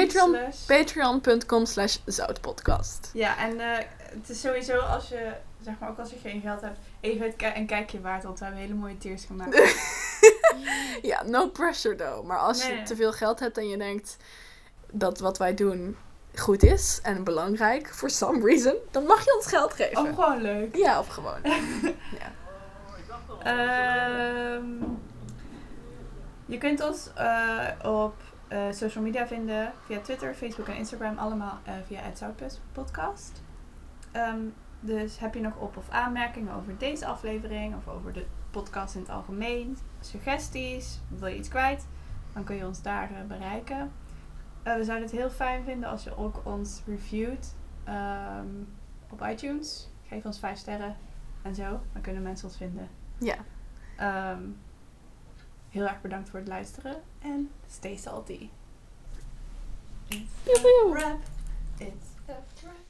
Patreon.com/zoutpodcast. Ja, en het is sowieso als je, zeg maar, ook als je geen geld hebt, even een kijkje waard, want we hebben hele mooie tiers gemaakt. Ja, no pressure though. Maar als je Nee. te veel geld hebt en je denkt dat wat wij doen goed is en belangrijk, for some reason, dan mag je ons geld geven. Oh, gewoon leuk. Ja, of gewoon. Ja. Je kunt ons op social media vinden, via Twitter, Facebook en Instagram, allemaal via @zoutpodcast. Dus heb je nog op- of aanmerkingen over deze aflevering of over de podcast in het algemeen, suggesties, wil je iets kwijt, dan kun je ons daar bereiken. We zouden het heel fijn vinden als je ook ons reviewt op iTunes. Geef ons 5 sterren en zo, dan kunnen mensen ons vinden. Ja. Heel erg bedankt voor het luisteren en stay salty. It's Joehoe. a wrap. It's a wrap.